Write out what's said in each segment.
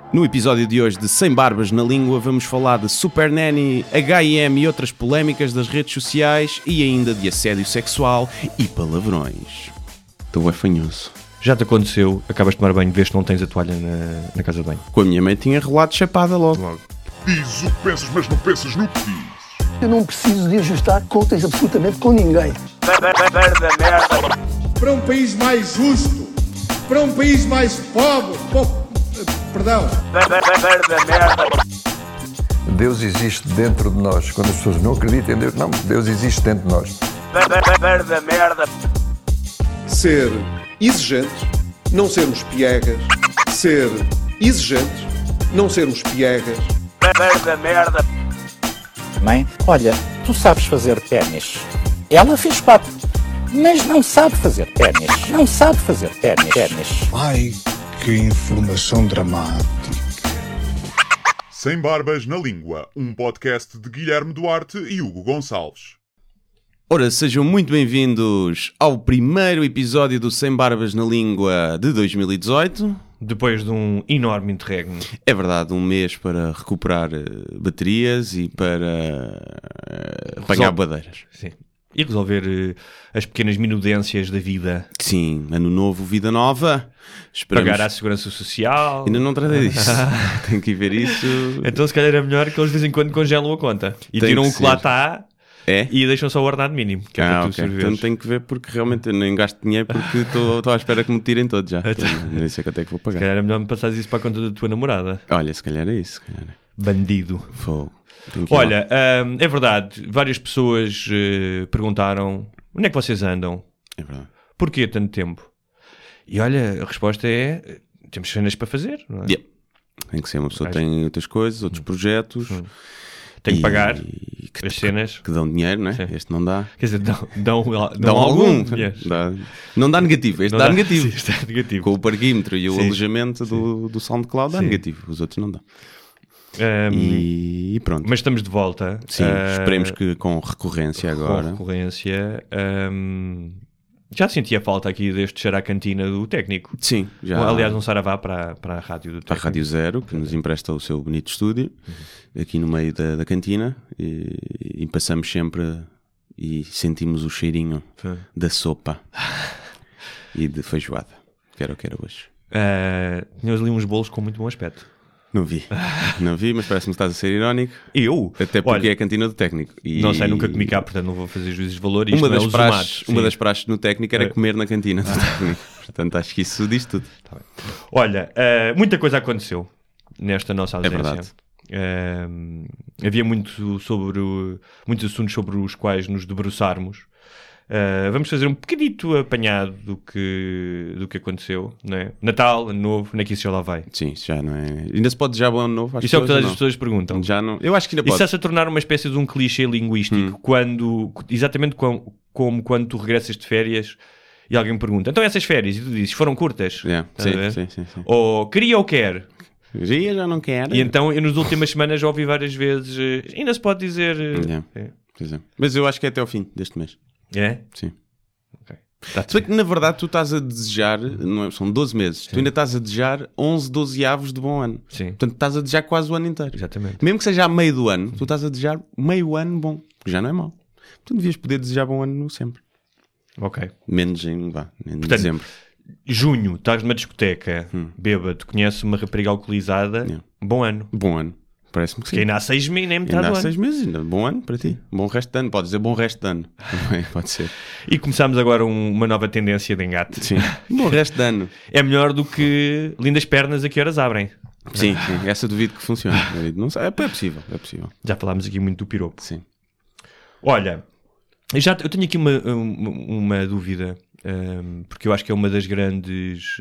No episódio de hoje de Sem Barbas na Língua vamos falar de Super Nanny, H&M e outras polémicas das redes sociais e ainda de assédio sexual e palavrões. Estou bem fanhoso. Já te aconteceu, acabas de tomar banho, vês que não tens a toalha na casa de banho? Com a minha mãe tinha relado chapada logo. Diz o que pensas, mas não pensas no que dizes. Eu não preciso de ajustar contas absolutamente com ninguém. Para um país mais justo, para um país mais pobre, perdão. Deus existe dentro de nós. Quando as pessoas não acreditam em Deus, não, Deus existe dentro de nós. Ser exigente, não sermos piegas. Ser exigente, não sermos piegas. Mãe, olha, tu sabes fazer ténis. Ela fez 4, mas não sabe fazer ténis. Não sabe fazer ténis. Ai, que informação dramática. Sem Barbas na Língua, um podcast de Guilherme Duarte e Hugo Gonçalves. Ora, sejam muito bem-vindos ao primeiro episódio do Sem Barbas na Língua de 2018. Depois de um enorme interregno. É verdade, um mês para recuperar baterias e para apanhar badeiras. Sim. E resolver as pequenas minudências da vida. Sim, ano novo, vida nova. Esperamos... Pagar à segurança social. Ainda não tratei disso. Tenho que ir ver isso. Então se calhar é melhor que eles de vez em quando congelam a conta. E tem tiram o que lá está... É? E deixam só o ordenado mínimo. Que é ok. Então tenho que ver porque realmente eu nem gasto dinheiro porque estou à espera que me tirem todos já. Nem sei quanto é que vou pagar. Se calhar é melhor me passares isso para a conta da tua namorada. Olha, se calhar é isso. Se calhar é. Bandido. Fogo. Olha, é verdade. Várias pessoas perguntaram onde é que vocês andam? É verdade. Porquê tanto tempo? E olha, a resposta é temos cenas para fazer, não é? Yeah. Tem que ser uma pessoa que tem outras coisas, outros projetos. Tem que pagar as cenas. Que dão dinheiro, não é? Sim. Este não dá. Quer dizer, dão algum. Yes. Não dá negativo. Este dá negativo. Sim, este é negativo. Com o parquímetro e o alojamento do SoundCloud dá negativo. Os outros não dão. E pronto. Mas estamos de volta. Sim, esperemos que com recorrência agora. Com recorrência. Já sentia falta aqui deste cheiro à cantina do técnico. Sim, já. Aliás, um saravá para a rádio do técnico. Para a Rádio Zero, que nos empresta o seu bonito estúdio, aqui no meio da cantina, e passamos sempre e sentimos o cheirinho da sopa e de feijoada, que era o que era hoje. Tínhamos ali uns bolos com muito bom aspecto. Não vi, mas parece-me que estás a ser irónico. Eu? Até porque é a cantina do técnico. Não sei, nunca comi cá, portanto não vou fazer juízes de valor. Uma das praxes no técnico era comer na cantina do técnico. Portanto, acho que isso diz tudo. Tá bem. Olha, muita coisa aconteceu nesta nossa ausência. É verdade. Havia muitos assuntos sobre os quais nos debruçarmos. Vamos fazer um pequenito apanhado do que aconteceu, não é? Natal, Ano Novo, onde é que isso já lá vai? Sim, isso já não é... Ainda se pode desejar bom Ano Novo? Isso é o que todas as pessoas perguntam. Já não... Eu acho que ainda pode. Isso está-se a tornar uma espécie de um clichê linguístico, exatamente como quando tu regressas de férias e alguém me pergunta, então essas férias, e tu dizes, foram curtas? Sim. Ou queria ou quer? Já não quero. E então, eu nas últimas semanas já ouvi várias vezes, ainda se pode dizer... Mas eu acho que é até ao fim deste mês. É? Sim. Ok. Só que na verdade tu estás a desejar, não é, são 12 meses, tu ainda estás a desejar 11, 12 avos de bom ano. Sim. Portanto estás a desejar quase o ano inteiro. Exatamente. Mesmo que seja a meio do ano, tu estás a desejar meio ano bom, que já não é mau. Portanto devias poder desejar bom ano sempre. Ok. Menos em dezembro. Junho, estás numa discoteca, bêbado, conheces uma rapariga alcoolizada, bom ano. Bom ano. Parece-me que sim. Que ainda há 6 meses, nem metade do ano. Ainda há 6 meses, ainda. Bom ano para ti. Bom resto de ano. Pode dizer bom resto de ano. Também pode ser. E começamos agora uma nova tendência de engate. Sim. Bom resto de ano. É melhor do que lindas pernas a que horas abrem. Sim. Essa duvido que funcione. Não sei. É possível. Já falámos aqui muito do piropo. Sim. Olha, eu tenho aqui uma dúvida, porque eu acho que é uma das grandes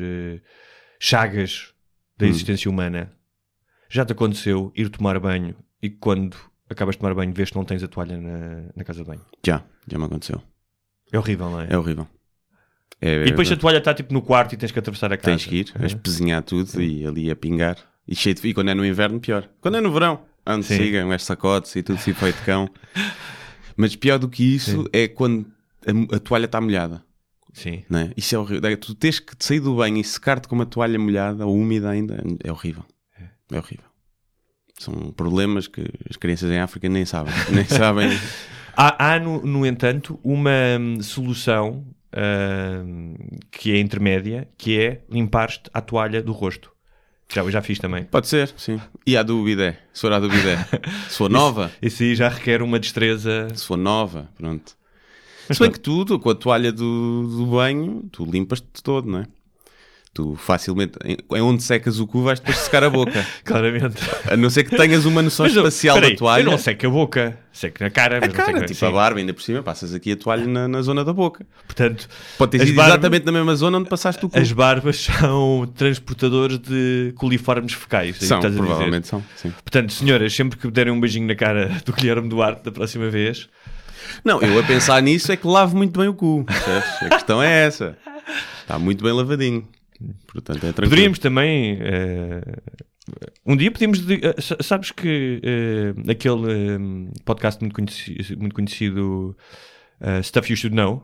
chagas da existência humana. Já te aconteceu ir tomar banho e quando acabas de tomar banho vês que não tens a toalha na casa de banho? Já me aconteceu. É horrível, não é? É horrível. E depois a toalha está tipo no quarto e tens que atravessar a casa. Tens que ir, a espezinhar tudo e ali a pingar. E quando é no inverno, pior. Quando é no verão, onde sigam as sacotes e tudo se feito de cão. Mas pior do que isso é quando a toalha está molhada. Sim. Não é? Isso é horrível. Tu tens que sair do banho e secar-te com uma toalha molhada ou úmida ainda. É horrível. É horrível. São problemas que as crianças em África nem sabem. Nem sabem. Há no entanto, uma solução que é intermédia, que é limpar-te a toalha do rosto. Já fiz também. Pode ser, sim. E há dúvida, se for a dúvida. Se for nova. Isso aí já requer uma destreza. Se for nova, pronto. Se bem que tudo, com a toalha do banho, tu limpas-te todo, não é? Tu facilmente, em onde secas o cu, vais depois secar a boca. Claramente. A não ser que tenhas uma noção espacial da toalha. Eu não seco a boca, seco na cara. Mas cara, não tipo a barba, ainda por cima, passas aqui a toalha na zona da boca. Portanto, pode ter sido exatamente na mesma zona onde passaste o cu. As barbas são transportadores de coliformes fecais. São, provavelmente são, sim. Portanto, senhoras, sempre que derem um beijinho na cara do Guilherme Duarte da próxima vez... Não, eu a pensar nisso é que lavo muito bem o cu. A questão é essa. Está muito bem lavadinho. Portanto, é tranquilo. Poderíamos também... um dia podíamos... sabes que aquele podcast muito conhecido Stuff You Should Know,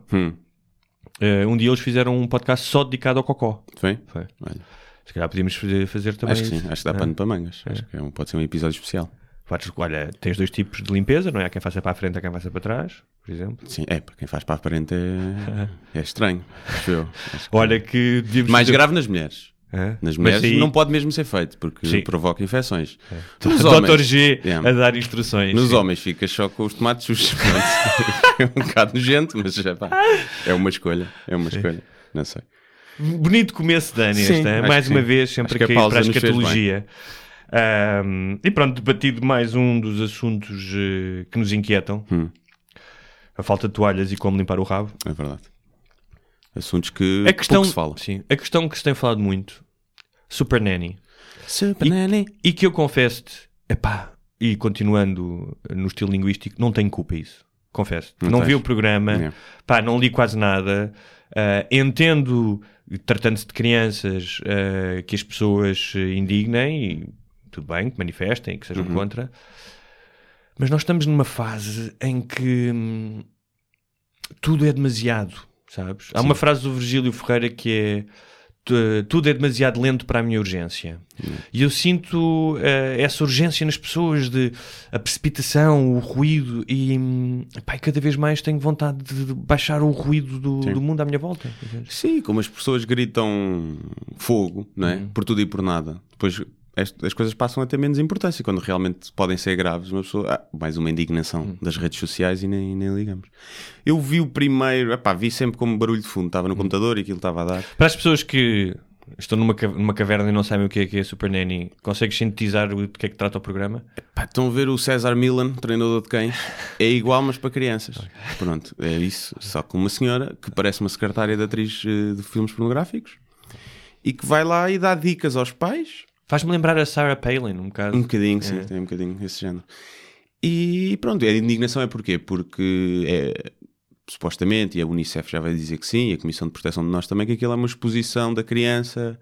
um dia eles fizeram um podcast só dedicado ao cocó. Foi? Olha. Se calhar podíamos fazer também acho que isso. sim, acho que dá pano para mangas. Acho que pode ser um episódio especial. Olha, tens 2 tipos de limpeza, não é? Há quem faça para a frente e há quem faça para trás, por exemplo. Sim, para quem faz para a frente é estranho. Acho eu. Olha que devíamos mais grave nas mulheres. Nas mulheres aí... não pode mesmo ser feito, porque provoca infecções. Nos Dr. G a dar instruções. Nos homens ficas só com os tomates sujos. É um bocado nojento, mas é uma escolha. Não sei. Bonito começo de ano este, mais uma vez, sempre a cair para a escatologia. E pronto, debatido mais um dos assuntos que nos inquietam. A falta de toalhas e como limpar o rabo. É verdade. Assuntos que pouco se fala. Sim, a questão que se tem falado muito, Super Nanny. Nanny. E que eu confesso-te, e continuando no estilo linguístico, não tenho culpa isso. Confesso-te. Não vi o programa, não li quase nada. Entendo, tratando-se de crianças, que as pessoas se indignem e tudo bem, que manifestem e que sejam contra. Mas nós estamos numa fase em que tudo é demasiado, sabes? Há uma frase do Virgílio Ferreira que é tudo é demasiado lento para a minha urgência. E eu sinto essa urgência nas pessoas, de a precipitação, o ruído, e cada vez mais tenho vontade de baixar o ruído do mundo à minha volta. Sim, como as pessoas gritam fogo, não é? Por tudo e por nada. Depois as coisas passam a ter menos importância quando realmente podem ser graves. Uma pessoa, mais uma indignação das redes sociais e nem ligamos. Eu vi o primeiro, vi sempre como barulho de fundo, estava no computador e aquilo estava a dar. Para as pessoas que estão numa caverna e não sabem o que é Super Nanny, consegues sintetizar de que é que trata o programa? Estão a ver o César Millan, treinador de cães, é igual, mas para crianças. Pronto, é isso, só com uma senhora que parece uma secretária de atriz de filmes pornográficos e que vai lá e dá dicas aos pais. Faz-me lembrar a Sarah Palin, um bocado. Um bocadinho, sim, tem um bocadinho esse género. E pronto, a indignação é porquê? Porque supostamente, e a Unicef já vai dizer que sim, e a Comissão de Proteção de Menores também, que aquilo é uma exposição da criança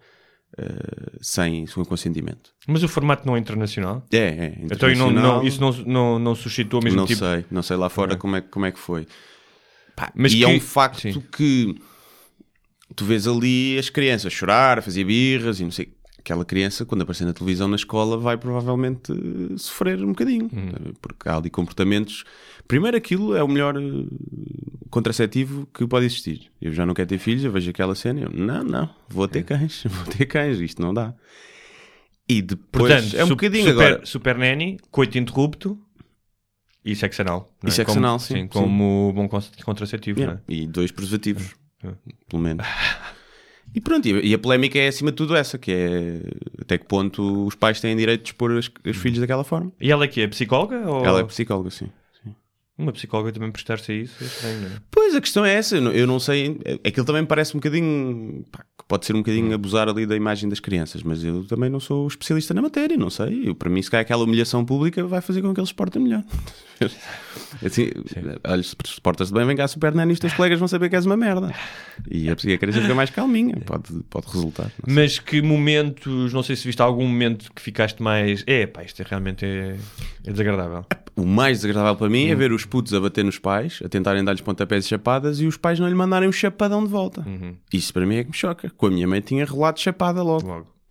sem seu consentimento. Mas o formato não é internacional? É internacional. Então isso não suscitou o mesmo tipo? Não sei lá fora como é que foi. Mas é um facto que tu vês ali as crianças chorar, fazer birras e não sei. Aquela criança, quando aparecer na televisão na escola, vai provavelmente sofrer um bocadinho. Porque há ali comportamentos... Primeiro, aquilo é o melhor contraceptivo que pode existir. Eu já não quero ter filhos, eu vejo aquela cena e eu... Não, vou ter cães, isto não dá. E depois... Portanto, é um bocadinho agora... Super Nanny, coito interrupto e sexo anal. E sexo anal, sim. Como bom contraceptivo, não é? E 2 preservativos, pelo menos. E pronto, e a polémica é acima de tudo essa, que é até que ponto os pais têm direito de expor os filhos daquela forma. E ela é psicóloga? Ou... Ela é psicóloga, sim. Uma psicóloga também prestar-se a isso é estranho, não é? Pois, a questão é essa, eu não sei, aquilo também parece um bocadinho, que pode ser um bocadinho abusar ali da imagem das crianças, mas eu também não sou especialista na matéria, não sei, para mim se calhar aquela humilhação pública vai fazer com que eles se portem melhor. Assim, olha, se te portas bem, vem cá a Super Nanny e os teus colegas vão saber que és uma merda. E a criança fica mais calminha, pode resultar. Mas que momentos, não sei se viste algum momento que ficaste mais, isto realmente é desagradável. O mais desagradável para mim é ver os putos a bater nos pais, a tentarem dar-lhes pontapés e chapadas e os pais não lhe mandarem um chapadão de volta. Isso para mim é que me choca. Com a minha mãe tinha relado chapada logo.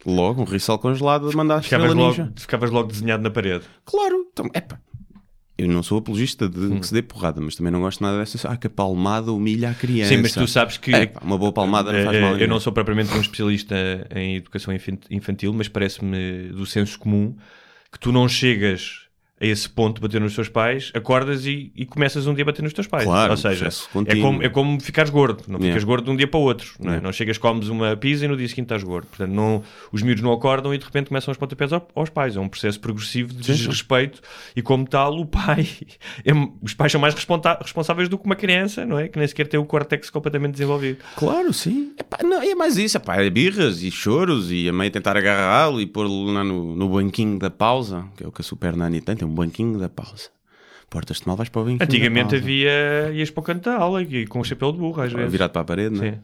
Logo, um rissol congelado a mandar a estrela ninja. Ficavas logo desenhado na parede. Claro, então, eu não sou apologista de que se dê porrada, mas também não gosto nada dessas. Que a palmada humilha a criança. Sim, mas tu sabes que uma boa palmada não faz mal. Eu não sou propriamente um especialista em educação infantil, mas parece-me do senso comum que tu não chegas a esse ponto de bater nos teus pais, acordas e começas um dia a bater nos teus pais. Claro, ou seja, é como ficares gordo. Não ficas gordo de um dia para o outro. Não é? Não chegas, comes uma pizza e no dia seguinte estás gordo. Portanto, os miúdos não acordam e de repente começam os pontapés aos pais. É um processo progressivo de desrespeito e, como tal, o pai... os pais são mais responsáveis do que uma criança, não é? Que nem sequer tem o córtex completamente desenvolvido. Claro, sim. Não, é mais isso. É birras e choros e a mãe tentar agarrá-lo e pôr-lo lá no banquinho da pausa, que é o que a Super Nani tem um banquinho da pausa. Portas-te mal, vais para o banquinho. Antigamente ias para o canto da aula e com o chapéu de burro, às vezes. Virado para a parede, não é? Sim.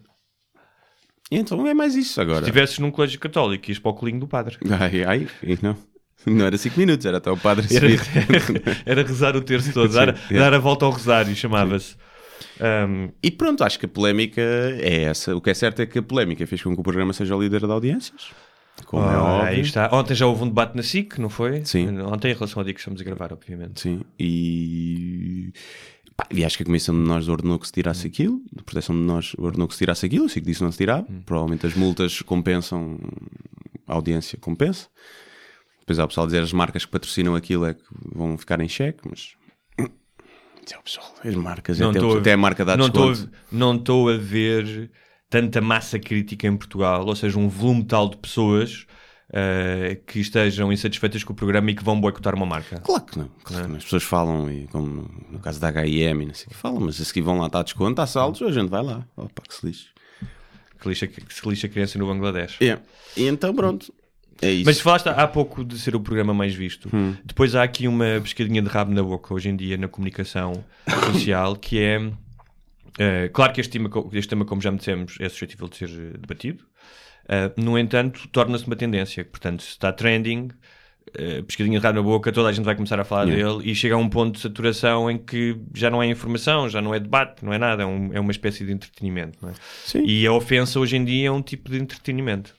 E então é mais isso agora. Se estivesses num colégio católico, ias para o colinho do padre. Não era 5 minutos, era até o padre subir. Era rezar o terço todo, dar a volta ao rosário, chamava-se. E pronto, acho que a polémica é essa. O que é certo é que a polémica fez com que o programa seja o líder de audiências. Como é óbvio. Aí está. Ontem já houve um debate na SIC, não foi? Sim. Ontem em relação ao dia que estamos a gravar, obviamente. Sim. E acho que a Comissão de Menores ordenou que se tirasse aquilo. A Proteção de Menores ordenou que se tirasse aquilo. Eu sei que disse não se tirava. Provavelmente as multas compensam. A audiência compensa. Depois há o pessoal dizer as marcas que patrocinam aquilo é que vão ficar em xeque, mas... pessoal, as marcas, até a marca dá desconto. Não estou a ver... tanta massa crítica em Portugal, ou seja, um volume tal de pessoas que estejam insatisfeitas com o programa e que vão boicotar uma marca. Claro que não. As pessoas falam, e como no caso da H&M, não sei o que falam, mas a seguir vão lá, está a desconto, está a saldos, a gente vai lá. Opa, que se lixe. Que se lixe a criança no Bangladesh. E então pronto, é isso. Mas falaste há pouco de ser o programa mais visto. Depois há aqui uma pescadinha de rabo na boca hoje em dia na comunicação social, que é... claro que este tema, como já me dissemos, é suscetível de ser debatido. No entanto, torna-se uma tendência. Portanto, se está trending, pescadinha de rabo na boca, toda a gente vai começar a falar dele e chega a um ponto de saturação em que já não é informação, já não é debate, não é nada, é uma espécie de entretenimento. Não é? Sim. E a ofensa hoje em dia é um tipo de entretenimento.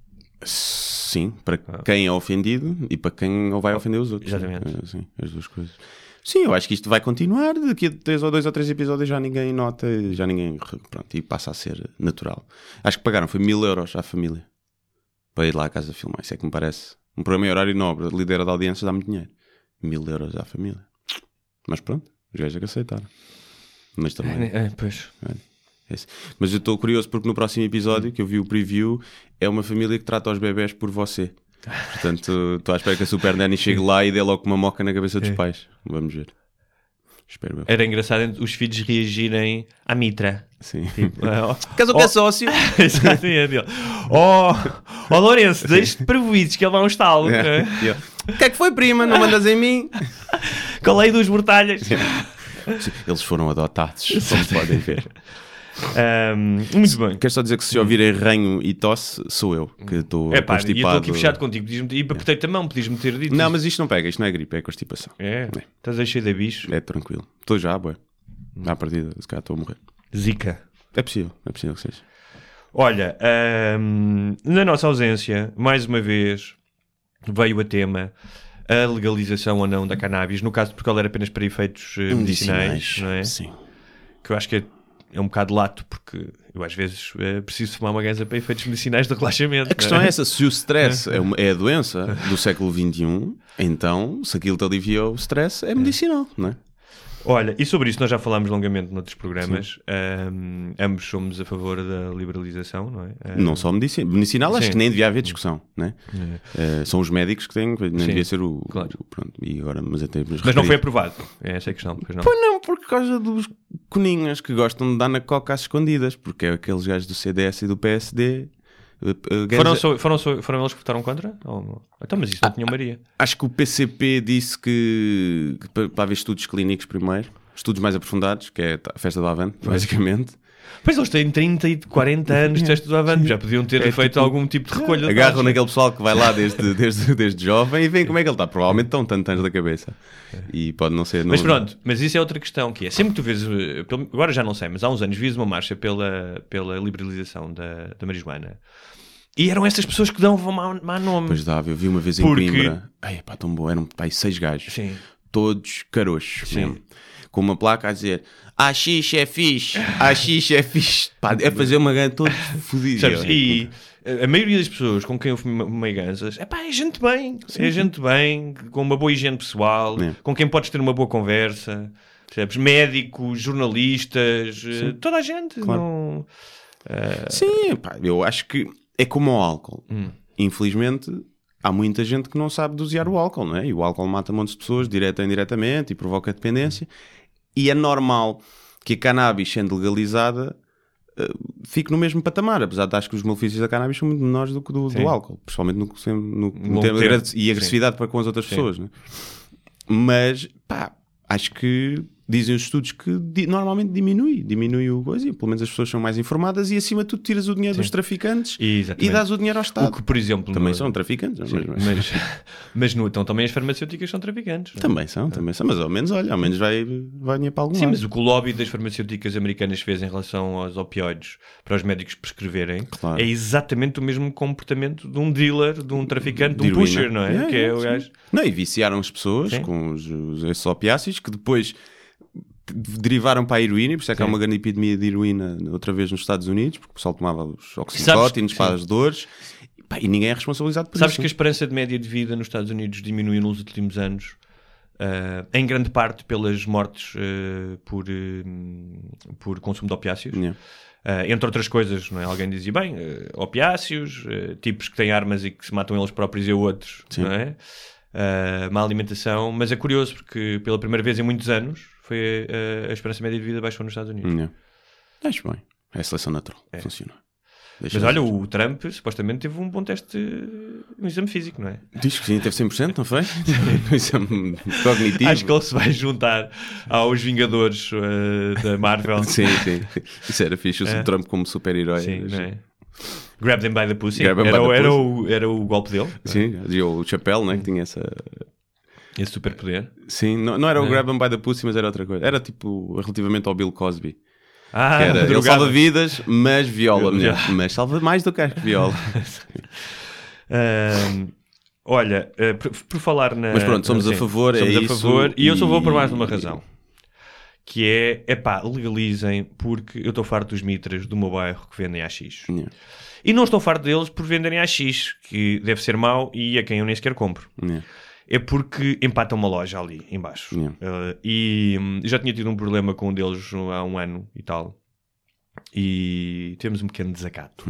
Sim, para quem é ofendido e para quem vai ofender os outros. Exatamente. Sim, as duas coisas. Sim, eu acho que isto vai continuar. Daqui a 2 ou 3 episódios já ninguém nota, já ninguém... Pronto, e passa a ser natural. Acho que pagaram, foi 1.000 euros à família para ir lá à casa filmar. Isso é que me parece. Um programa em horário nobre, lidera de audiências, dá muito dinheiro. 1.000 euros à família. Mas pronto, os gajos é que aceitaram. Mas também... Pois... Mas eu estou curioso porque no próximo episódio, que eu vi o preview, é uma família que trata os bebés por você. Portanto, estou à espera que a Super Nanny chegue lá e dê logo uma moca na cabeça dos pais. Vamos ver. Espero eu. Era engraçado os filhos reagirem à mitra. Sim. Tipo, Caso que é sócio. Lourenço, deixe-te prejuízos que ele vai a um estalo. O que é que foi, prima? Não mandas em mim? Colei 2 mortalhas. Eles foram adotados, como podem ver. Muito bem. Quero só dizer que se ouvirem ranho e tosse, sou eu que estou constipado. E estou aqui fechado contigo. E apertei-te a mão, podias-me ter dito. Não, mas isto não pega, isto não é gripe, é constipação. Estás aí cheio de bicho. É tranquilo. Estou já, bué. À partida, se calhar estou a morrer. Zika. É possível que seja. Olha, na nossa ausência, mais uma vez, veio a tema a legalização ou não da cannabis. No caso de Portugal era apenas para efeitos medicinais, não é? Sim. Que eu acho que é um bocado lato, porque eu às vezes preciso fumar uma ganza para efeitos medicinais de relaxamento. A questão é essa, se o stress é a doença do século XXI, então se aquilo te alivia o stress é medicinal, não é? Olha, e sobre isso nós já falámos longamente noutros programas. Ambos somos a favor da liberalização, não é? Não só medicinal, acho que nem devia haver discussão, não é? São os médicos que têm, nem devia ser o... Claro. Pronto, e agora, mas não foi aprovado, é essa a questão. Pois não, por causa dos coninhas que gostam de dar na coca às escondidas, porque é aqueles gajos do CDS e do PSD... Foram eles que votaram contra? Então, mas isso não tinha Maria. Acho que o PCP disse que para haver estudos clínicos primeiro, estudos mais aprofundados, que é a festa do Avante, basicamente. Pois eles têm 30 e 40 anos de teste do Avante, já podiam ter feito algum tipo de recolha. Agarram naquele pessoal que vai lá desde jovem e veem como é que ele está. Provavelmente estão tantos anos da cabeça. E pode não ser... Mas pronto, mas isso é outra questão, que é, sempre que tu vês, agora já não sei, mas há uns anos vias uma marcha pela liberalização da marijuana. E eram essas pessoas que dão má nome. Pois dava, eu vi uma vez em Coimbra. Ai, pá, tão bom. Eram 6 gajos. Sim. Todos caroxos. Sim. Mesmo. Com uma placa a dizer AX é fixe. AX é fixe. Pá, é fazer uma ganha todo fodido. E a maioria das pessoas com quem eu fumei ganzas é gente bem. Sim. É gente bem, com uma boa higiene pessoal, com quem podes ter uma boa conversa. Percebes? Médicos, jornalistas, toda a gente. Claro. Não... Sim, pá, eu acho que é como o álcool. Infelizmente, há muita gente que não sabe dosear o álcool, não é? E o álcool mata montes de pessoas, direta ou indiretamente, e provoca dependência. E é normal que a cannabis, sendo legalizada, fique no mesmo patamar, apesar de acho que os malefícios da cannabis são muito menores do que do álcool, principalmente no termo e agressividade para com as outras pessoas, não é? Mas, pá, acho que dizem os estudos que normalmente diminui o coisa, e pelo menos as pessoas são mais informadas e acima de tudo tiras o dinheiro dos traficantes e dás o dinheiro ao Estado. O que, por exemplo... Também são traficantes. Mas então também as farmacêuticas são traficantes. Também são, mas ao menos vai dinheiro para algum lado. Sim, mas o que o lobby das farmacêuticas americanas fez em relação aos opioides para os médicos prescreverem é exatamente o mesmo comportamento de um dealer, de um traficante, de um pusher, não é? Que é o gajo... Não, e viciaram as pessoas com esses opiáceos que depois derivaram para a heroína, por isso é que há uma grande epidemia de heroína outra vez nos Estados Unidos, porque o pessoal tomava os oxicótinos para as dores e ninguém é responsabilizado por isso. Sabes que a esperança de média de vida nos Estados Unidos diminuiu nos últimos anos, em grande parte pelas mortes por consumo de opiáceos. Entre outras coisas, não é? Alguém dizia, bem, opiáceos, tipos que têm armas e que se matam eles próprios e outros, não é? Má alimentação, mas é curioso porque pela primeira vez em muitos anos foi a esperança média de vida baixou nos Estados Unidos. Acho bem, é a seleção natural, funciona. Mas olha, o Trump supostamente teve um bom teste, um exame físico, não é? Diz que sim, teve 100%, não foi? Um exame cognitivo. Acho que ele se vai juntar aos Vingadores da Marvel. Sim. Isso era fixe, o Trump como super-herói. Sim, não é? Grab them by the pussy. Era o golpe dele. Sim, e o Chappelle, né, que tinha esse superpoder. Sim, não era o grab them by the pussy, mas era outra coisa. Era tipo relativamente ao Bill Cosby. Que era, ele salva vidas, mas viola mulher. Mas salva mais do que viola. Olha, por falar na... Mas pronto, somos a favor, somos a favor, isso. E eu só vou por mais uma razão. Que legalizem, porque eu estou farto dos mitras do meu bairro que vendem AX. E não estou farto deles por venderem AX, que deve ser mau e a quem eu nem sequer compro. É porque empatam uma loja ali em baixo. E já tinha tido um problema com um deles há um ano e tal. E tivemos um pequeno desacato.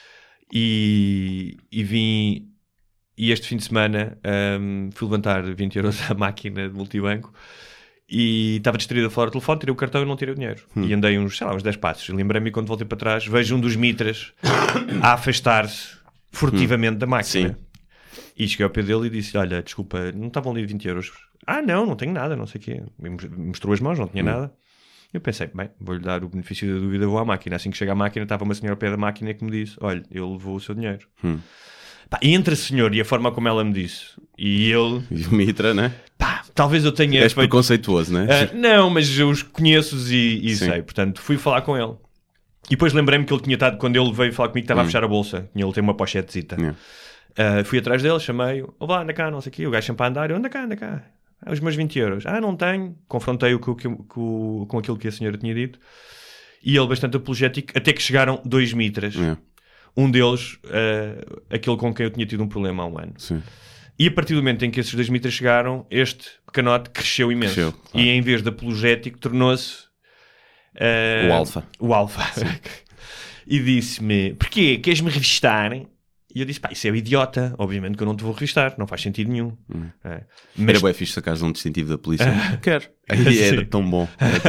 E vim... E este fim de semana fui levantar 20 euros à máquina de multibanco e estava distraído a falar ao telefone, tirei o cartão e não tirei o dinheiro. E andei uns 10 passos. E lembrei-me, quando voltei para trás, vejo um dos mitras a afastar-se furtivamente da máquina. E cheguei ao pé dele e disse, olha, desculpa, não estavam ali 20 euros? Não tenho nada, não sei o quê. Mostrou as mãos, não tinha nada. Eu pensei, bem, vou-lhe dar o benefício da dúvida, vou à máquina. Assim que chega à máquina, estava uma senhora ao pé da máquina que me disse, olha, ele levou o seu dinheiro. E entre a senhora e a forma como ela me disse, e ele... E o mitra, né? Talvez eu tenha... És preconceituoso, né? Não, mas eu os conheço e sei. Portanto, fui falar com ele. E depois lembrei-me que ele tinha estado, quando ele veio falar comigo, estava a fechar a bolsa. Ele tem uma pochetezita. Fui atrás dele, chamei-o. Olá, anda cá, não sei o quê. O gajo sempre a andar. Eu, anda cá. Os meus 20 euros. Não tenho. Confrontei-o com aquilo que a senhora tinha dito. E ele bastante apologético. Até que chegaram 2 mitras. Um deles, aquele com quem eu tinha tido um problema há um ano. E a partir do momento em que esses 2 mitras chegaram, este pequenote cresceu imenso. E em vez de apologético, tornou-se... O alfa. E disse-me, porquê? Queres-me revistar? E eu disse, isso é idiota. Obviamente que eu não te vou revistar. Não faz sentido nenhum. Mas... Era bem fixe sacares um distintivo da polícia. Quero. Era tão bom.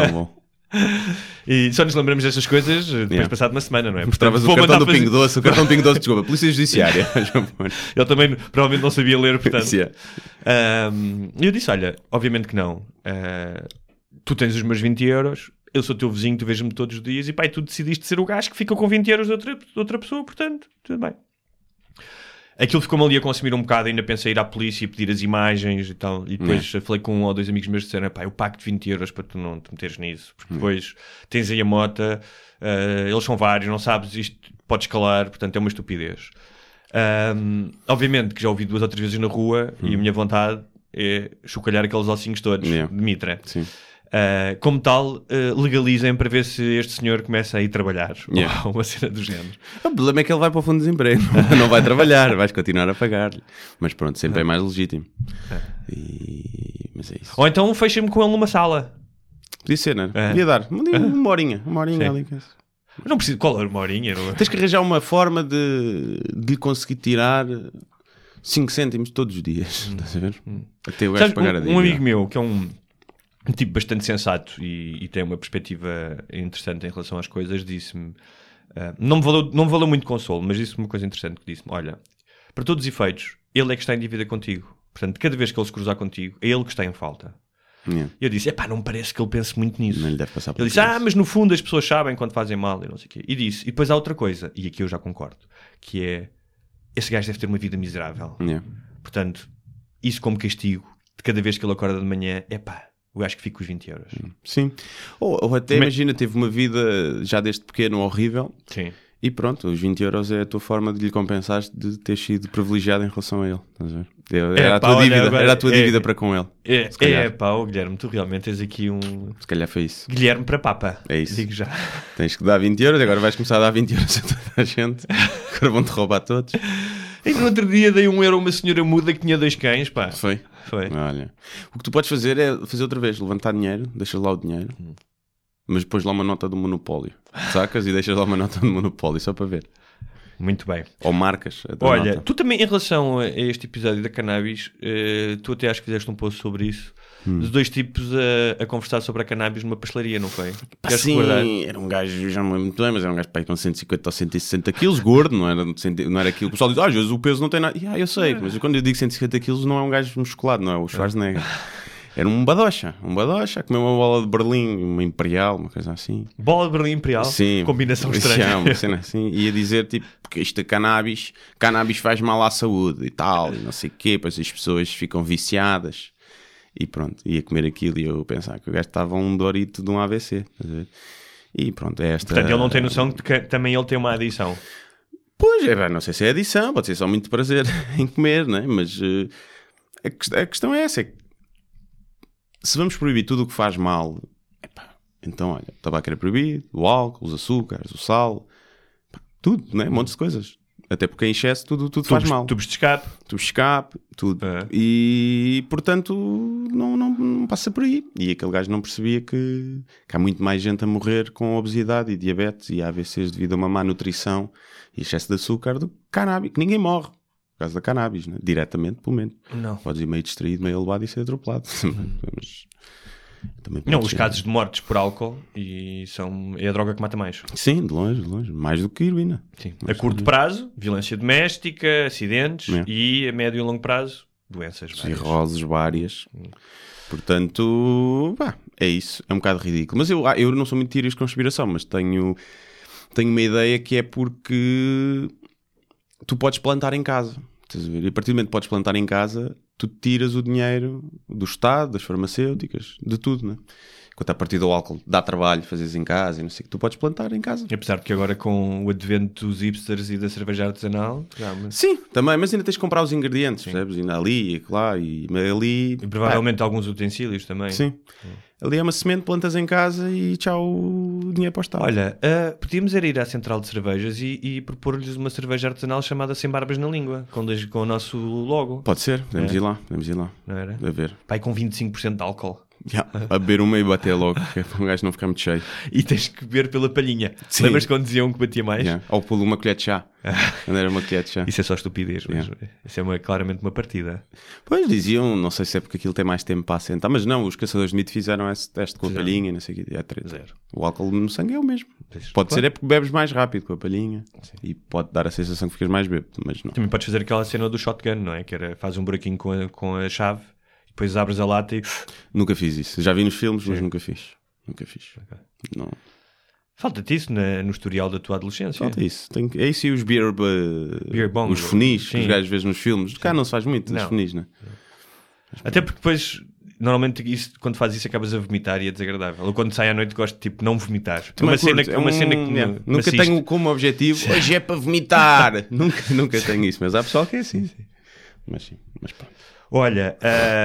E só nos lembramos destas coisas depois passado uma semana, não é? Mostravas o cartão do Pingo Doce, desculpa, Polícia Judiciária. Ele também provavelmente não sabia ler, portanto. E eu disse, olha, obviamente que não. Tu tens os meus 20 euros, eu sou teu vizinho, tu vês-me todos os dias e tu decidiste ser o gajo que fica com 20 euros de outra pessoa, portanto, tudo bem. Aquilo ficou-me ali a consumir um bocado, ainda pensei em ir à polícia e pedir as imagens e tal, e depois falei com 1 ou 2 amigos meus que disseram, eu pago de 20 euros para tu não te meteres nisso, porque depois tens aí a mota, eles são vários, não sabes, isto pode escalar, portanto é uma estupidez. Obviamente que já ouvi 2 ou 3 vezes na rua e a minha vontade é chocalhar aqueles ossinhos todos de mitra. Sim. Como tal, legalizem para ver se este senhor começa a ir trabalhar. Ou uma cena do género. O problema é que ele vai para o fundo de desemprego. Não vai trabalhar, vais continuar a pagar-lhe. Mas pronto, sempre é mais legítimo. Mas é isso. Ou então fechem-me com ele numa sala. Podia ser, não é? Podia dar uma horinha ali. Mas não preciso. Qual era uma horinha? Tens que arranjar uma forma de lhe conseguir tirar 5 cêntimos todos os dias. Estás a ver? Até o gajo pagar a dívida. Um amigo meu, que é um tipo bastante sensato e tem uma perspectiva interessante em relação às coisas, disse-me, não me valeu muito consolo, mas disse-me uma coisa interessante, que disse-me, olha, para todos os efeitos, ele é que está em dívida contigo. Portanto, cada vez que ele se cruzar contigo, é ele que está em falta. E eu disse, não me parece que ele pense muito nisso. Não lhe deve passar por ele disse, mas no fundo as pessoas sabem quando fazem mal e não sei o quê. E disse, e depois há outra coisa, e aqui eu já concordo, que é, esse gajo deve ter uma vida miserável. Portanto, isso como castigo, de cada vez que ele acorda de manhã, o gajo que fica com os 20 euros. Sim. Ou até, imagina, teve uma vida já desde pequeno horrível. Sim. E pronto, os 20 euros é a tua forma de lhe compensar de ter sido privilegiado em relação a ele. Estás a ver? Era a tua dívida para com ele. Guilherme, tu realmente tens aqui um... Se calhar foi isso. Guilherme para Papa. É isso. Digo já. Tens que dar 20 euros, agora vais começar a dar 20 euros a toda a gente. Agora vão-te roubar todos. E no outro dia dei 1 euro a uma senhora muda que tinha 2 cães, pá. Foi. Olha, o que tu podes fazer é fazer outra vez, levantar dinheiro, deixas lá o dinheiro, mas depois lá uma nota do monopólio, sacas e deixas lá uma nota do monopólio só para ver. Muito bem. Ou marcas. Olha, nota. Tu também, em relação a este episódio da cannabis, tu até acho que fizeste um post sobre isso. Os 2 tipos a conversar sobre a cannabis numa pastelaria, não foi? Sim, era um gajo, já não me lembro muito bem, mas era um gajo para aí com 150 ou 160 quilos, gordo, não era aquilo. O pessoal diz, às vezes o peso não tem nada. Eu sei, mas quando eu digo 150 quilos não é um gajo musculado, não é o Schwarzenegger. Era um badocha, a comer uma bola de Berlim, uma Imperial, uma coisa assim. Bola de Berlim Imperial? Sim. Combinação estranha. Uma cena assim. Ia dizer, tipo, porque isto é cannabis faz mal à saúde e tal, e não sei o quê, pois as pessoas ficam viciadas. E pronto, ia comer aquilo e eu pensava que o gajo estava um Dorito de um AVC. E pronto, é esta... Portanto, ele não tem noção de que também ele tem uma adição. Pois, não sei se é adição, pode ser só muito prazer em comer, né? Mas a questão é essa, é que se vamos proibir tudo o que faz mal, então olha, o tabaco era proibido, o álcool, os açúcares, o sal, tudo, né? Um monte de coisas. Até porque em excesso tudo faz mal. Tubos de escape, tudo. E portanto não passa por aí. E aquele gajo não percebia que há muito mais gente a morrer com obesidade e diabetes e AVCs devido a uma má nutrição e excesso de açúcar do que cannabis, que ninguém morre por causa da cannabis, né? Diretamente, pelo menos. Não. Podes ir meio distraído, meio elevado e ser atropelado. Mas não, os casos de mortes por álcool é a droga que mata mais. Sim, de longe, mais do que a heroína. Sim. A curto prazo, violência doméstica, acidentes, e a médio e longo prazo, doenças várias. Cirroses várias. Portanto, é isso. É um bocado ridículo. Mas eu não sou muito de teorias de conspiração, mas tenho uma ideia que é porque tu podes plantar em casa. E a partir do momento que podes plantar em casa, tu tiras o dinheiro do Estado, das farmacêuticas, de tudo, né? Enquanto a partir do álcool dá trabalho fazeres em casa e não sei o que, tu podes plantar em casa. E apesar de que agora com o advento dos hipsters e da cerveja artesanal... Sim, também, mas ainda tens de comprar os ingredientes, percebes? Ainda ali e lá e ali... E provavelmente alguns utensílios também. Sim. Ali é uma semente, plantas em casa e tchau, o dinheiro para o Estado. Olha, podíamos ir à central de cervejas e propor-lhes uma cerveja artesanal chamada Sem Barbas na Língua, com o nosso logo. Pode ser, podemos ir lá. Não era? A ver. Pai, com 25% de álcool. A beber uma e bater logo, que é para um gajo não ficar muito cheio. E tens que beber pela palhinha. Lembras quando diziam que batia mais? Ou por uma colher de chá. Quando era uma colher de chá. Isso é só estupidez, mas isso é claramente uma partida. Pois diziam, não sei se é porque aquilo tem mais tempo para assentar, mas não, os caçadores de mito fizeram esse teste com a palhinha, não sei o que, é 0. O álcool no sangue é o mesmo. Pode ser é porque bebes mais rápido com a palhinha. Sim. E pode dar a sensação que ficas mais bêbado, mas não. Também podes fazer aquela cena do shotgun, não é? Que era, faz um buraquinho com a chave, depois abres a lata e... Nunca fiz isso. Já vi nos filmes, mas nunca fiz. Okay. Não. Falta-te isso no historial da tua adolescência. Falta isso. É isso e os beer bong, os funis que os gajos vês nos filmes. Cá não se faz muito nos funis, não é? Até porque depois normalmente quando fazes isso acabas a vomitar e é desagradável. Ou quando sai à noite gosto de tipo não vomitar. Também É uma cena que nunca tenho como objetivo hoje é para vomitar. nunca tenho isso, mas há pessoal que é assim. Mas pá. Olha,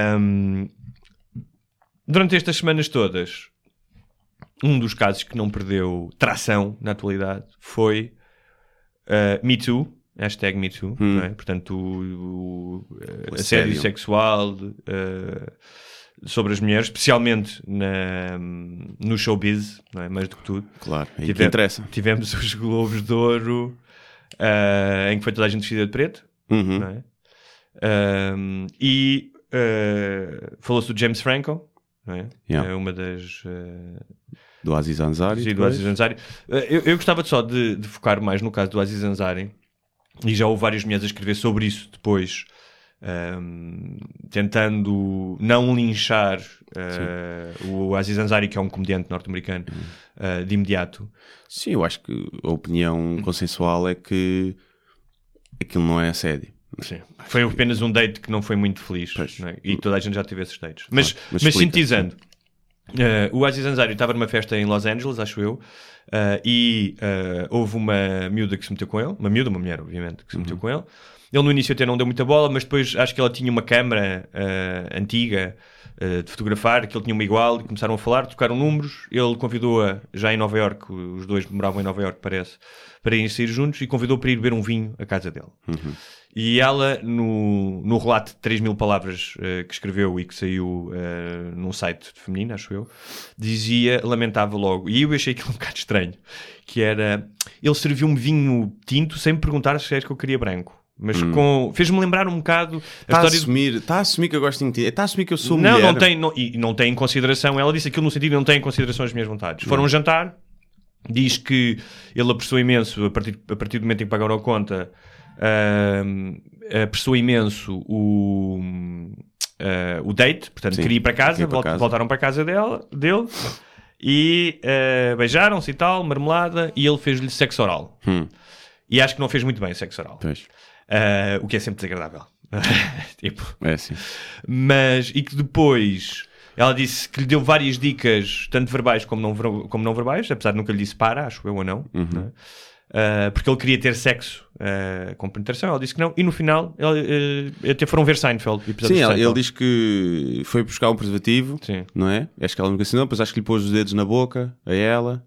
durante estas semanas todas, um dos casos que não perdeu tração na atualidade foi Me Too. Hashtag MeToo, não é? Portanto, o assédio sexual sobre as mulheres, especialmente no showbiz, não é? Mais do que tudo. Claro, é que interessa. Tivemos os Globos de Ouro, em que foi toda a gente vestida de preto, não é? E falou-se do James Franco, não é? Yeah. É uma das... do Aziz Ansari. Sim, do Aziz Ansari. Eu gostava só de focar mais no caso do Aziz Ansari. E já houve várias mulheres a escrever sobre isso depois, tentando não linchar o Aziz Ansari, que é um comediante norte-americano, de imediato. Sim, eu acho que a opinião consensual é que aquilo não é assédio. Sim. Foi apenas um date que não foi muito feliz, não é? E toda a gente já teve esses dates. Mas sintetizando, o Aziz Ansari estava numa festa em Los Angeles, acho eu, e houve uma miúda que se meteu com ele, uma mulher, obviamente, que se meteu com ele. Ele no início até não deu muita bola, mas depois acho que ela tinha uma câmara antiga de fotografar, que ele tinha uma igual, e começaram a falar, tocaram números. Ele convidou-a, já em Nova Iorque, os dois moravam em Nova Iorque, parece, para irem sair juntos, e convidou para ir beber um vinho à casa dele. E ela, no relato de 3.000 palavras que escreveu e que saiu num site feminino, acho eu, lamentava logo, e eu achei aquilo um bocado estranho, que era, ele serviu-me vinho tinto sem me perguntar se é que eu queria branco. Mas fez-me lembrar um bocado Está a assumir que eu gosto de ti. Está a assumir que eu sou mulher. Não tem em consideração. Ela disse aquilo no sentido de não tem em consideração as minhas vontades. Foram jantar. Diz que ele apreciou imenso a partir do momento em que pagaram a conta. Apreciou imenso o date. Portanto, queria ir para casa. Voltaram para a casa dele. E beijaram-se e tal, marmelada. E ele fez-lhe sexo oral. E acho que não fez muito bem sexo oral. Pois. O que é sempre desagradável. Tipo. É assim. Mas, e que depois ela disse que lhe deu várias dicas, tanto verbais como não verbais, apesar de nunca lhe disse para, acho eu ou não, não é? Porque ele queria ter sexo com penetração, ela disse que não, e no final até foram ver Seinfeld. Sim, ele diz que foi buscar um preservativo, não é? Acho que ela nunca assinou, depois acho que lhe pôs os dedos na boca a ela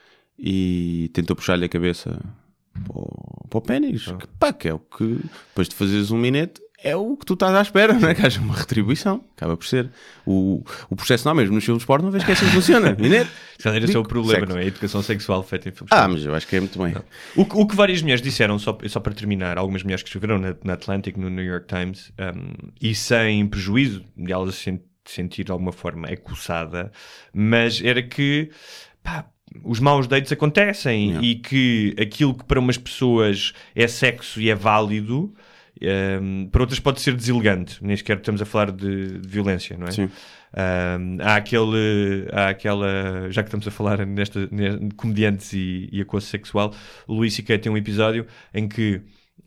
e tentou puxar-lhe a cabeça para o pênis, que é o que depois de fazeres um minete é o que tu estás à espera, não é? Que haja uma retribuição, acaba por ser o processo, não mesmo nos filmes de porno, não vês que assim funciona, minete. Esse é o problema, não é? A educação sexual feita em filmes de porno. Mas eu acho que é muito bem. O que várias mulheres disseram, só para terminar, algumas mulheres que escreveram na Atlantic, no New York Times, e sem prejuízo de elas se sentir de alguma forma acossada, mas era que os maus dates acontecem e que aquilo que para umas pessoas é sexo e é válido, para outras pode ser deselegante. Nem sequer estamos a falar de violência, não é? Sim. Há aquela, já que estamos a falar de comediantes e acoso sexual, o Louis C.K. tem um episódio em que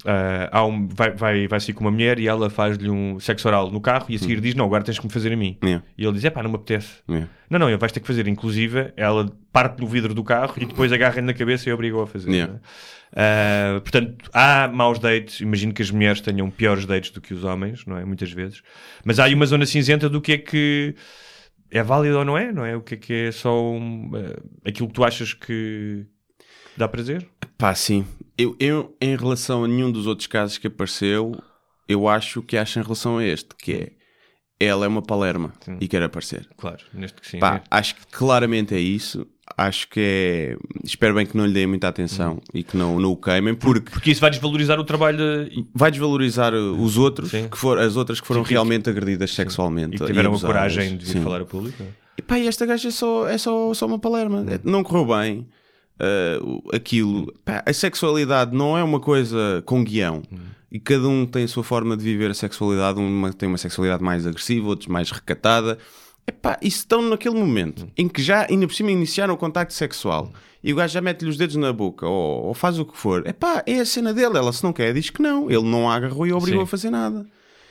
vai sair com uma mulher e ela faz-lhe um sexo oral no carro e a seguir diz, não, agora tens que me fazer a mim. E ele diz, não me apetece. Não, ele vais ter que fazer. Inclusive, ela parte no vidro do carro e depois agarra-lhe na cabeça e obriga-o a fazer. Portanto, há maus dates. Imagino que as mulheres tenham piores dates do que os homens, não é? Muitas vezes. Mas há aí uma zona cinzenta do que é válido ou não é, não é? O que é só aquilo que tu achas que dá prazer? Sim. Eu, em relação a nenhum dos outros casos que apareceu, eu acho que em relação a este, que é, ela é uma palerma e quer aparecer. Claro, neste que sim. Acho que claramente é isso. Acho que é... Espero bem que não lhe deem muita atenção e que não o queimem, porque isso vai desvalorizar o trabalho vai desvalorizar os outros, as outras que foram realmente agredidas sexualmente. E que tiveram a coragem de vir falar a público. E esta gaja é só uma palerma. Não correu bem. Aquilo, a sexualidade não é uma coisa com guião e cada um tem a sua forma de viver a sexualidade. Tem uma sexualidade mais agressiva, outros mais recatada. Isso estão naquele momento em que já ainda por cima iniciaram o contacto sexual e o gajo já mete-lhe os dedos na boca ou faz o que for. É a cena dele. Ela, se não quer, diz que não. Ele não a agarrou e obrigou a fazer nada.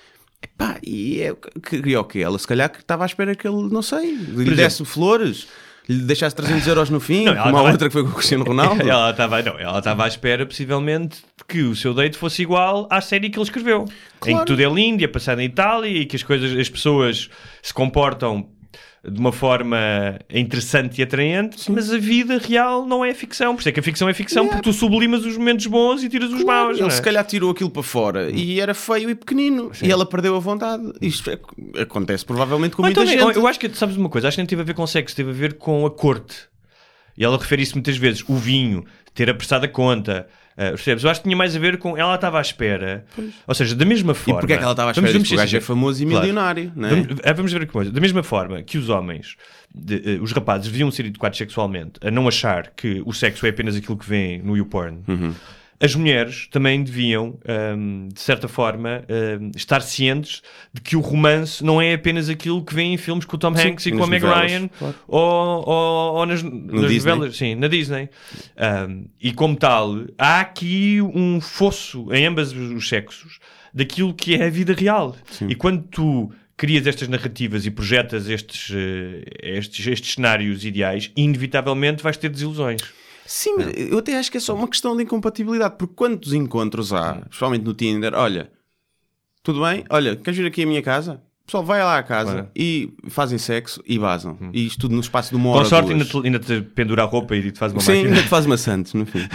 Pá, e queria o quê? Ela se calhar que estava à espera que ele, não sei, lhe desse flores, lhe deixasse 300 euros no fim, como a outra que foi com o Cristiano Ronaldo. Ela estava à espera, possivelmente, que o seu date fosse igual à série que ele escreveu. Claro. Em que tudo é lindo e é passado em Itália e que as pessoas se comportam de uma forma interessante e atraente, sim, mas a vida real não é ficção. Por isso é que a ficção é ficção, porque tu sublimas os momentos bons e tiras os maus. Ele se calhar tirou aquilo para fora e era feio e pequenino, sim, e ela perdeu a vontade. Isto acontece provavelmente com muita gente. Eu acho que, sabes uma coisa, acho que não teve a ver com sexo, teve a ver com a corte. E ela refere isso muitas vezes, o vinho, ter apressado a conta. Percebes? Eu acho que tinha mais a ver com ela estava à espera. Pois. Ou seja, da mesma forma. E porquê é que ela estava à espera? Porque o gajo é famoso e milionário, não é? Vamos ver que coisa. Da mesma forma que os homens, os rapazes, deviam ser educados sexualmente a não achar que o sexo é apenas aquilo que vem no YouPorn. As mulheres também deviam, de certa forma, estar cientes de que o romance não é apenas aquilo que vem em filmes com o Tom Hanks e com a Meg Ryan, claro, ou nas novelas, sim, na Disney. E como tal, há aqui um fosso em ambos os sexos daquilo que é a vida real. Sim. E quando tu crias estas narrativas e projetas estes cenários ideais, inevitavelmente vais ter desilusões. Sim, mas eu até acho que é só uma questão de incompatibilidade, porque quantos encontros há, principalmente no Tinder, olha, tudo bem, olha, queres vir aqui à minha casa? O pessoal vai lá à casa, claro, e fazem sexo e vazam. E isto tudo no espaço de uma hora. Com sorte ainda te pendura a roupa e te faz uma máquina. Sim, ainda te faz uma Santos, no fim.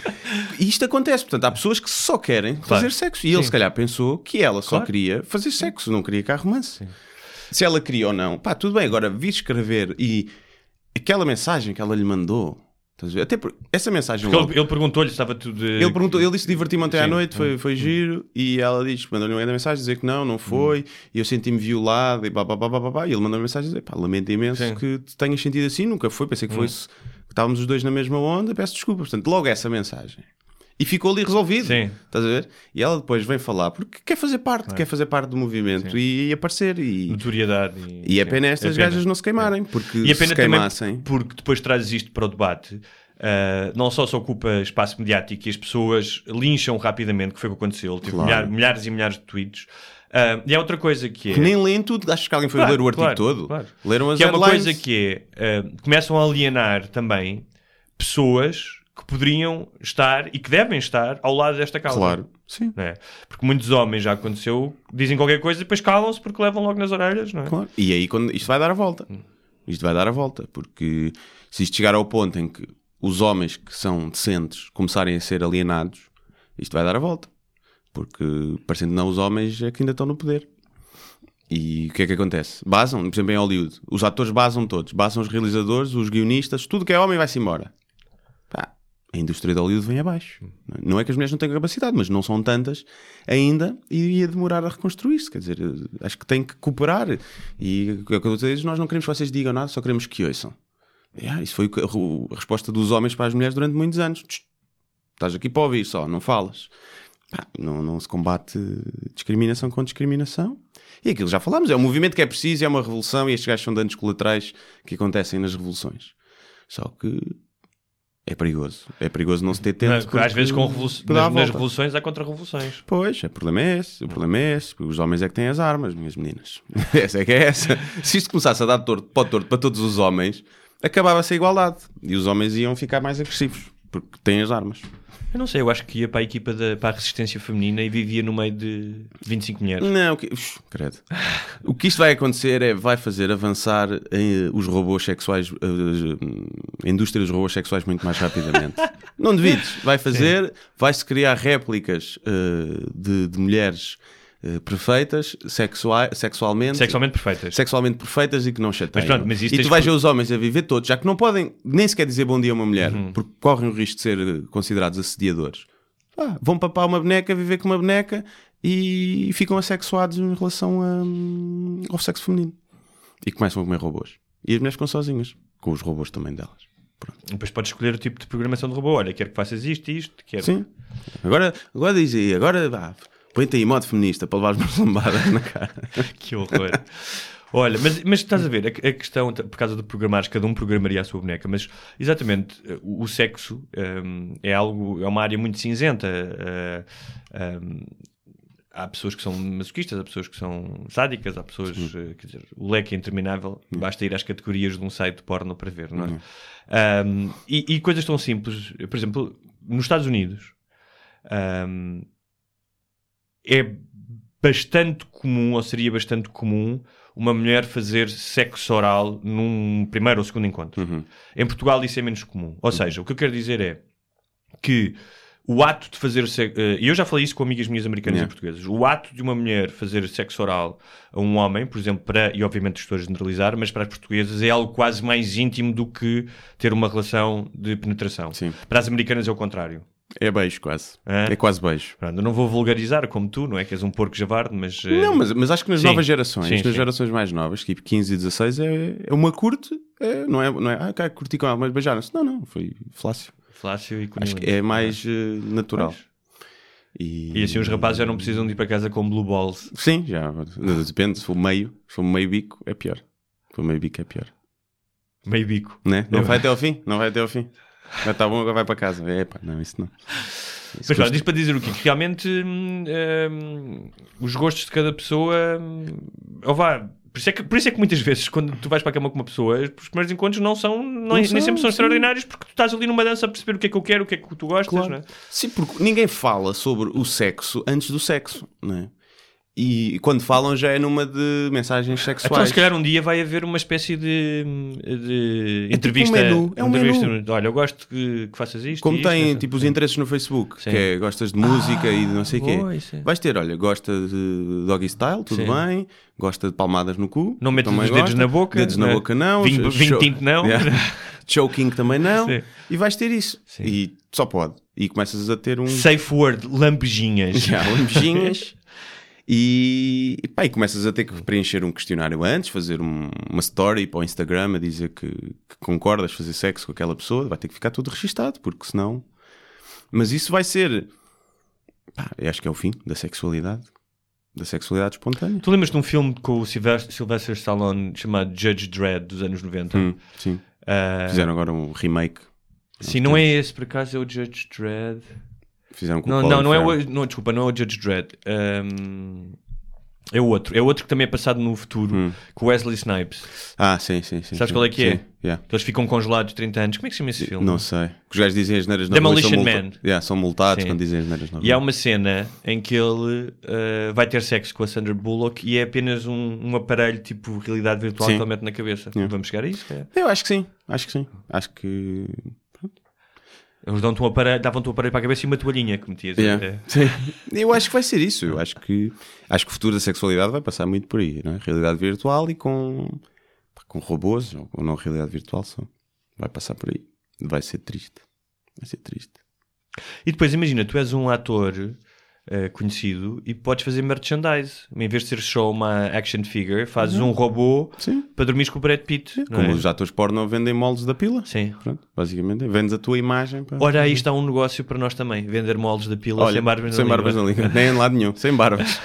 E isto acontece, portanto, há pessoas que só querem fazer sexo. E ele, se calhar, pensou que ela só queria fazer sexo, não queria cá romance. Sim. Se ela queria ou não, pá, tudo bem, agora vir escrever e aquela mensagem que ela lhe mandou. Até essa mensagem ele perguntou-lhe se estava tudo. Ele disse que diverti-me ontem à noite, foi giro. E ela diz: mandou-lhe uma mensagem dizer que não foi. E eu senti-me violado. E e ele mandou uma mensagem dizer: pá, lamento imenso que te tenhas sentido assim. Nunca foi. Pensei que fosse que estávamos os dois na mesma onda. Peço desculpa. Portanto, logo essa mensagem. E ficou ali resolvido. Sim. Estás a ver? E ela depois vem falar porque quer fazer parte, quer fazer parte do movimento e aparecer. E notoriedade. E é pena estas gajas não se queimarem. Porque e a pena se queimassem. Porque depois trazes isto para o debate. Não só se ocupa espaço mediático e as pessoas lincham rapidamente, que foi o que aconteceu. Teve milhares e milhares de tweets. E há outra coisa que é... Que nem leem tudo. Acho que alguém foi ler o artigo todo. Claro. Leram as que headlines. É uma coisa que é... começam a alienar também pessoas que poderiam estar e que devem estar ao lado desta causa. Claro, sim. Não é? Porque muitos homens, já aconteceu, dizem qualquer coisa e depois calam-se porque levam logo nas orelhas, não é? Claro. E aí isto vai dar a volta. Isto vai dar a volta. Porque se isto chegar ao ponto em que os homens que são decentes começarem a ser alienados, isto vai dar a volta. Porque, parecendo não, os homens é que ainda estão no poder. E o que é que acontece? Basam, por exemplo, em Hollywood. Os atores basam todos. Basam os realizadores, os guionistas, tudo que é homem vai-se embora. Pá, a indústria de Hollywood vem abaixo. Não é que as mulheres não tenham capacidade, mas não são tantas ainda e ia demorar a reconstruir-se. Quer dizer, acho que tem que cooperar. E o que eu digo, nós não queremos que vocês digam nada, só queremos que ouçam. Isso foi a resposta dos homens para as mulheres durante muitos anos. Estás aqui para ouvir só, não falas. Não se combate discriminação com discriminação. E aquilo já falámos, é um movimento que é preciso, é uma revolução e estes gajos são danos colaterais que acontecem nas revoluções. Só que é perigoso não se ter tempo. Às vezes nas revoluções há contra-revoluções. Pois, o problema é esse, porque os homens é que têm as armas, minhas meninas. Essa é que é essa. Se isto começasse a dar torto para todos os homens, acabava-se a igualdade e os homens iam ficar mais agressivos porque têm as armas. Eu não sei, eu acho que ia para a equipa para a resistência feminina e vivia no meio de 25 mulheres. Não, credo. O que isto vai acontecer vai fazer avançar os robôs sexuais, a indústria dos robôs sexuais muito mais rapidamente. Não duvides, vai-se criar réplicas de mulheres perfeitas, sexualmente perfeitas e que não chateiam. E tu vais ver os homens a viver todos, já que não podem nem sequer dizer bom dia a uma mulher, porque correm o risco de ser considerados assediadores. Vão papar uma boneca, viver com uma boneca e ficam assexuados em relação ao sexo feminino. E começam a comer robôs. E as mulheres ficam sozinhas, com os robôs também delas. Pronto. Depois podes escolher o tipo de programação de robô. Olha, quero que faças isto e isto. Quero... Sim. Agora diz aí, põe-te aí modo feminista para levar umas lambadas na cara. Que horror. Olha, mas estás a ver, a questão, por causa de programares, cada um programaria a sua boneca, mas exatamente, o sexo é uma área muito cinzenta. há pessoas que são masoquistas, há pessoas que são sádicas, há pessoas, quer dizer, o leque é interminável, basta ir às categorias de um site de porno para ver, não é? E coisas tão simples, por exemplo, nos Estados Unidos é bastante comum, ou seria bastante comum, uma mulher fazer sexo oral num primeiro ou segundo encontro. Em Portugal isso é menos comum. Ou seja, o que eu quero dizer é que o ato de fazer sexo... E eu já falei isso com amigas minhas americanas e portuguesas. O ato de uma mulher fazer sexo oral a um homem, por exemplo, e obviamente estou a generalizar, mas para as portuguesas é algo quase mais íntimo do que ter uma relação de penetração. Sim. Para as americanas é o contrário. É beijo, quase. É quase beijo. Pronto, eu não vou vulgarizar como tu, não é? Que és um porco javarde, mas... Não, mas acho que nas novas gerações, Sim. gerações mais novas, tipo 15 e 16, é uma curte, não é curti com ela, mas beijaram-se. Não, foi flácio. Flácio e acho que é mais natural. E assim os rapazes já não precisam de ir para casa com blue balls. Sim, já. Depende, se for meio bico, é pior. Se for meio bico, é pior. Meio bico. Né? Não vai até ao fim? Já está bom, agora vai para casa. Não, isso não. Mas pronto, diz para dizer o quê? Que realmente os gostos de cada pessoa... Por isso é que muitas vezes, quando tu vais para a cama com uma pessoa, os primeiros encontros nem sempre são extraordinários, porque tu estás ali numa dança a perceber o que é que eu quero, o que é que tu gostas, claro. Não é? Sim, porque ninguém fala sobre o sexo antes do sexo, não é? E quando falam já é numa de mensagens sexuais. Então se calhar um dia vai haver uma espécie de entrevista. Tipo um menu. Olha, eu gosto que faças isto. Como tem isto, tipo os interesses no Facebook, sim. Que é gostas de música e de não sei o quê. É. Vais ter, olha, gosta de doggy style, tudo sim. bem. Gosta de palmadas no cu. Não metes os dedos na boca. Dedos na boca não. Vinho tinto não. Choking também não. Sim. E vais ter isso. Sim. E só pode. E começas a ter um... Safe word, lambejinhas. Lambejinhas. E começas a ter que preencher um questionário antes, fazer uma story para o Instagram a dizer que concordas fazer sexo com aquela pessoa, vai ter que ficar tudo registado, porque senão... Mas isso vai ser... eu acho que é o fim da sexualidade espontânea. Tu lembras de um filme com o Sylvester Stallone chamado Judge Dredd dos anos 90? Sim. Fizeram agora um remake. Sim, não é esse, por acaso, é o Judge Dredd... Fizeram com desculpa, não é o Judge Dredd. É o outro que também é passado no futuro, com Wesley Snipes. Sim. Sabes qual é que é? Sim, yeah. Eles ficam congelados 30 anos. Como é que se chama esse filme? Não sei. Os gajos dizem as neiras na Demolition Man. São multados Sim. quando dizem as neiras na rua. E há uma cena em que ele vai ter sexo com a Sandra Bullock e é apenas um aparelho tipo realidade virtual que ele mete na cabeça. Yeah. Vamos chegar a isso? Eu acho que sim. Acho que... Eles davam-te um aparelho para a cabeça e uma toalhinha que metias. Sim. Eu acho que vai ser isso. Eu acho que o futuro da sexualidade vai passar muito por aí, não é? Realidade virtual e com robôs, ou não realidade virtual só. Vai passar por aí. Vai ser triste. E depois imagina, tu és um ator conhecido e podes fazer merchandise. Em vez de ser só uma action figure, fazes um robô para dormires com o Brad Pitt. Como os atores porno vendem moldes da pila. Sim. Pronto, basicamente, vendes a tua imagem. Para... Ora, aí está um negócio para nós também. Vender moldes da pila. Olha, sem barbas na língua. Nem em lado nenhum. Sem barbas.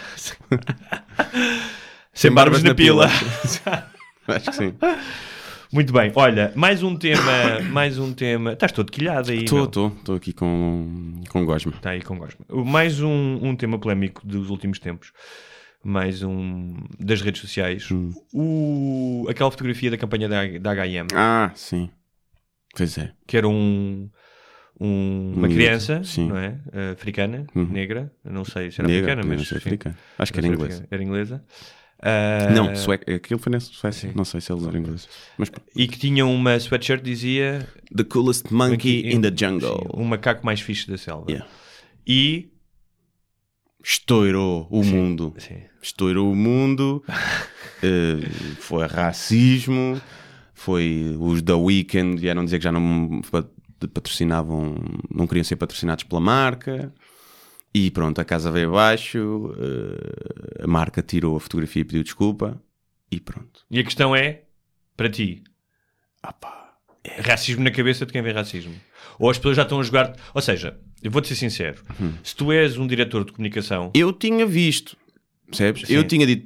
Sem barbas na pila. Acho que sim. Muito bem, olha, mais um tema. Estás todo quilhado aí. Estou aqui com gosma. Está aí com gosma. Mais um tema polémico dos últimos tempos. Mais um das redes sociais. Aquela fotografia da campanha da H&M. Sim. Pois é. Que era uma criança, sim. Não é? Africana, negra. Não sei se era africana, mas... Não africana. Acho que era inglesa. Era inglesa. Não, sueca. Aquilo foi na Suécia. Sim. Não sei se eles eram ingleses. Mas... E que tinha uma sweatshirt que dizia... The coolest monkey in the jungle. Sim, o macaco mais fixe da selva. Yeah. E... estourou o mundo. Sim. Estourou o mundo. Foi racismo. Foi os The Weeknd vieram dizer que já não patrocinavam, não queriam ser patrocinados pela marca. E pronto, a casa veio abaixo, a marca tirou a fotografia e pediu desculpa, e pronto. E a questão é, para ti, racismo na cabeça de quem vê racismo? Ou as pessoas já estão a jogar... Ou seja, eu vou-te ser sincero, se tu és um diretor de comunicação... Eu tinha visto, percebes? Sim. Eu tinha dito,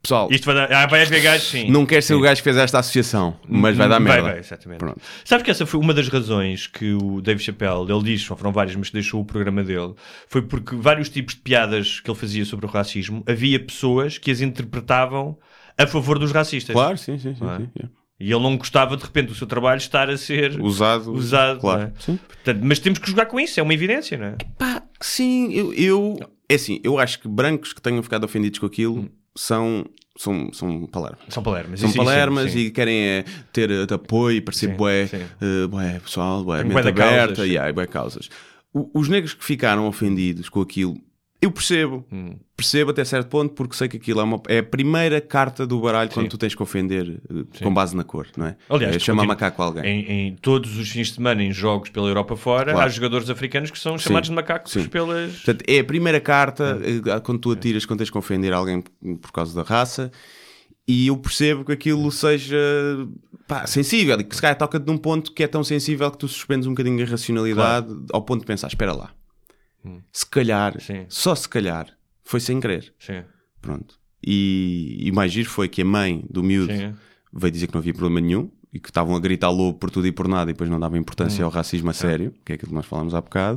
pessoal, isto vai haver gajos, sim. não quer ser o gajo que fez esta associação, mas vai dar merda. Vai, exatamente. Pronto. Sabes que essa foi uma das razões que o Dave Chappelle, ele diz, foram várias, mas deixou o programa dele, foi porque vários tipos de piadas que ele fazia sobre o racismo, havia pessoas que as interpretavam a favor dos racistas. Claro, sim. E ele não gostava, de repente, do seu trabalho estar a ser usado claro. Não é? Sim. Portanto, mas temos que jogar com isso, é uma evidência, não é? Pá, sim, é assim, eu acho que brancos que tenham ficado ofendidos com aquilo são palermas. São palermas. São palermas e querem ter apoio, parecer bué pessoal, bué mente aberta, bué causas. Os negros que ficaram ofendidos com aquilo, eu percebo até certo ponto, porque sei que aquilo é a primeira carta do baralho quando tu tens que ofender com base na cor, não é? Aliás, chamar macaco a alguém. Em todos os fins de semana, em jogos pela Europa fora, há jogadores africanos que são chamados de macacos pelas... Portanto, é a primeira carta quando tu atiras, quando tens que ofender alguém por causa da raça, e eu percebo que aquilo seja sensível, e que se calhar toca-te num ponto que é tão sensível que tu suspendes um bocadinho a racionalidade ao ponto de pensar, espera lá. Se calhar, só se calhar, foi sem querer. Pronto. E o mais giro foi que a mãe do miúdo veio dizer que não havia problema nenhum e que estavam a gritar lobo por tudo e por nada e depois não davam importância ao racismo a sério, que é aquilo que nós falámos há bocado.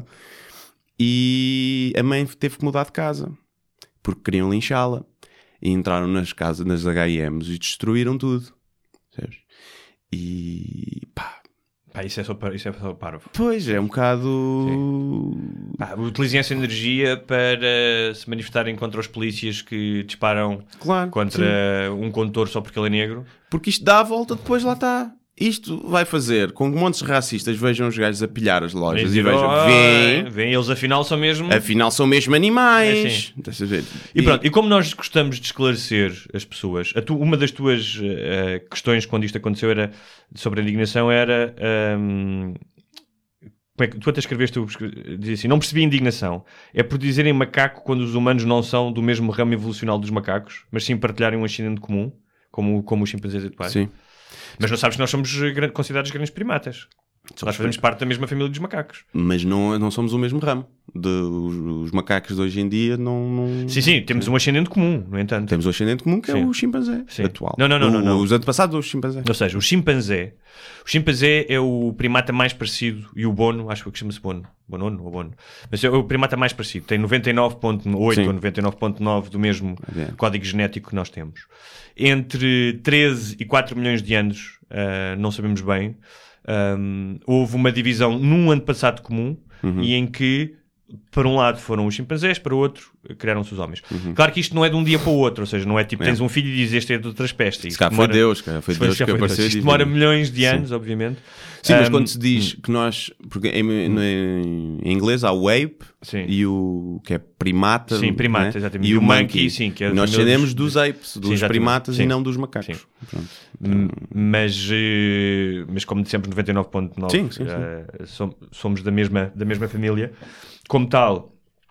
E a mãe teve que mudar de casa porque queriam linchá-la e entraram nas casas, nas H&M's e destruíram tudo. Sabes? E isso é só parvo. Pois, é um bocado... Utilizem essa energia para se manifestarem contra os polícias que disparam contra um condutor só porque ele é negro. Porque isto dá a volta, depois lá está. Isto vai fazer com que montes de racistas vejam os gajos a pilhar as lojas e vejam, vêm, eles afinal são mesmo animais. E pronto, e como nós gostamos de esclarecer as pessoas, uma das tuas questões quando isto aconteceu era sobre a indignação era como é que tu até escreveste, dizia assim, não percebi a indignação, é por dizerem macaco quando os humanos não são do mesmo ramo evolucional dos macacos, mas sim partilharem um ascendente comum, como os chimpanzés atuais. Sim. Mas não sabes que nós somos considerados grandes primatas. Nós fazemos parte da mesma família dos macacos. Mas não somos o mesmo ramo. Os macacos de hoje em dia não... Sim, temos um ascendente comum, no entanto. Temos um ascendente comum que é o chimpanzé atual. Não. Os antepassados do chimpanzé. Ou seja, o chimpanzé é o primata mais parecido, e o bono, acho que chama-se bono. Bonono ou bono. Mas é o primata mais parecido. Tem 99.8 ou 99.9 do mesmo código genético que nós temos. Entre 13 e 4 milhões de anos, não sabemos bem, houve uma divisão num antepassado comum e em que, para um lado foram os chimpanzés, para o outro criaram-se os homens. Claro que isto não é de um dia para o outro, ou seja, não é tipo tens um filho e dizes este é de outra espécie. Foi Deus que apareceu. Isto demora milhões de anos, obviamente. Sim, mas quando se diz que nós, porque em inglês há o ape e o que é primata, primata, exatamente. E o monkey, que é nós descendemos dos apes, dos primatas e não dos macacos. Mas como dissemos, 99.9 somos da mesma família. Como tal,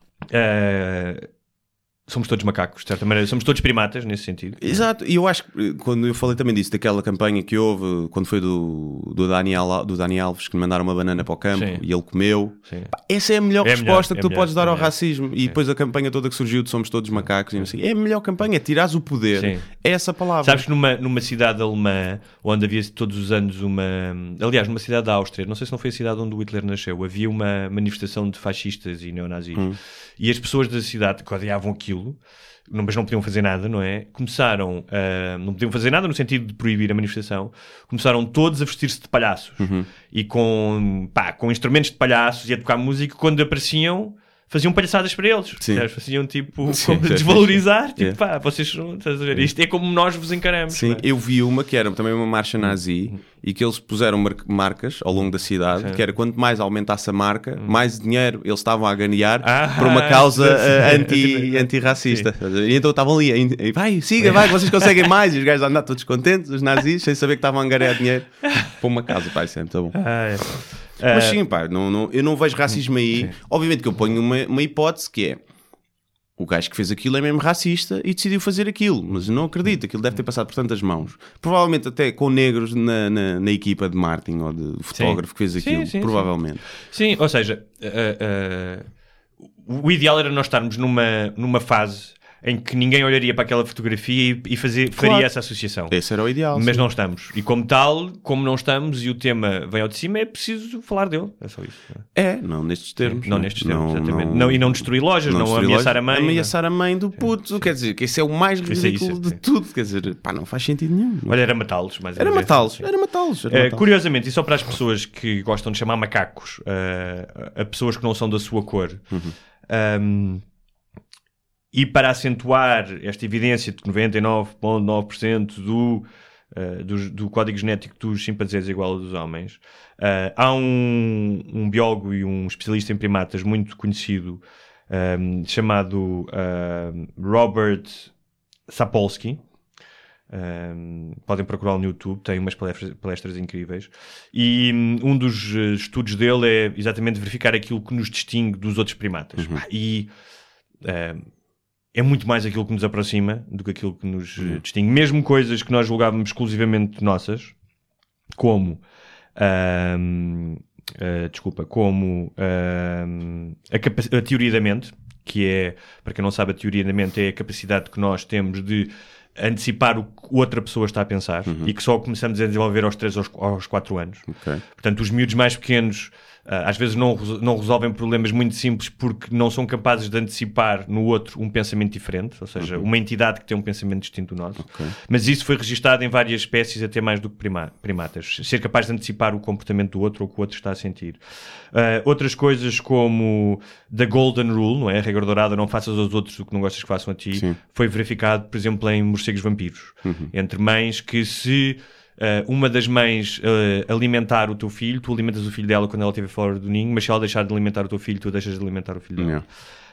somos todos macacos, de certa maneira, somos todos primatas nesse sentido. Exato, e eu acho que quando eu falei também disso, daquela campanha que houve quando foi do Dani Alves, que me mandaram uma banana para o campo e ele comeu, essa é a melhor resposta que tu podes dar ao racismo. E depois a campanha toda que surgiu de Somos Todos Macacos, e assim, é a melhor campanha, tirares o poder, é essa palavra. Sabes que numa cidade alemã, onde havia todos os anos aliás, numa cidade da Áustria, não sei se não foi a cidade onde o Hitler nasceu, havia uma manifestação de fascistas e neonazis, e as pessoas da cidade que odiavam aquilo, mas não podiam fazer nada, não é? Não podiam fazer nada no sentido de proibir a manifestação, começaram todos a vestir-se de palhaços e com instrumentos de palhaços e a tocar música. Quando apareciam, faziam palhaçadas para eles. Faziam tipo como desvalorizar, vocês são, estás a ver? Isto é como nós vos encaramos. Sim, eu vi uma que era também uma marcha nazi e que eles puseram marcas ao longo da cidade, que era quanto mais aumentasse a marca, mais dinheiro eles estavam a ganhar por uma causa antirracista. E então estavam ali, vai, vocês conseguem mais, e os gajos a andar todos contentes, os nazis, sem saber que estavam a ganhar dinheiro para uma causa. Isso é muito bom. Mas sim, eu não vejo racismo aí. Obviamente que eu ponho uma hipótese que é o gajo que fez aquilo é mesmo racista e decidiu fazer aquilo, mas eu não acredito, aquilo deve ter passado por tantas mãos, provavelmente até com negros na equipa de marketing ou de fotógrafo que fez aquilo, provavelmente. Sim, ou seja, o ideal era nós estarmos numa fase em que ninguém olharia para aquela fotografia e faria essa associação. Esse era o ideal. Mas sim. não estamos. E como tal, como não estamos e o tema vem ao de cima, é preciso falar dele. É só isso. Não nestes termos. Não nestes termos, exatamente. Não, e não destruir lojas, não ameaçar a mãe. Ameaçar a mãe do puto. Quer dizer, que esse é o mais ridículo de tudo. Quer dizer, pá, não faz sentido nenhum. Olha, era matá-los. Era matá-los. Curiosamente, e só para as pessoas que gostam de chamar macacos, a pessoas que não são da sua cor, e para acentuar esta evidência de que 99,9% do código genético dos chimpanzés é igual ao dos homens, há um biólogo e um especialista em primatas muito conhecido, chamado Robert Sapolsky. Podem procurá-lo no YouTube, tem umas palestras incríveis, e um dos estudos dele é exatamente verificar aquilo que nos distingue dos outros primatas. É muito mais aquilo que nos aproxima do que aquilo que nos distingue. Mesmo coisas que nós julgávamos exclusivamente nossas, como a teoria da mente, que é, para quem não sabe, a teoria da mente é a capacidade que nós temos de antecipar o que outra pessoa está a pensar, e que só começamos a desenvolver aos 3 aos 4 anos. Portanto, os miúdos mais pequenos às vezes não resolvem problemas muito simples porque não são capazes de antecipar no outro um pensamento diferente, ou seja, uma entidade que tem um pensamento distinto do nosso. Mas isso foi registado em várias espécies, até mais do que primatas. Ser capaz de antecipar o comportamento do outro ou o que o outro está a sentir. Outras coisas como The Golden Rule, não é? A regra dourada, não faças aos outros o que não gostas que façam a ti. Sim. Foi verificado, por exemplo, em morcegos vampiros. Entre mães que se... uma das mães alimentar o teu filho, tu alimentas o filho dela quando ela estiver fora do ninho, mas se ela deixar de alimentar o teu filho, tu deixas de alimentar o filho dela.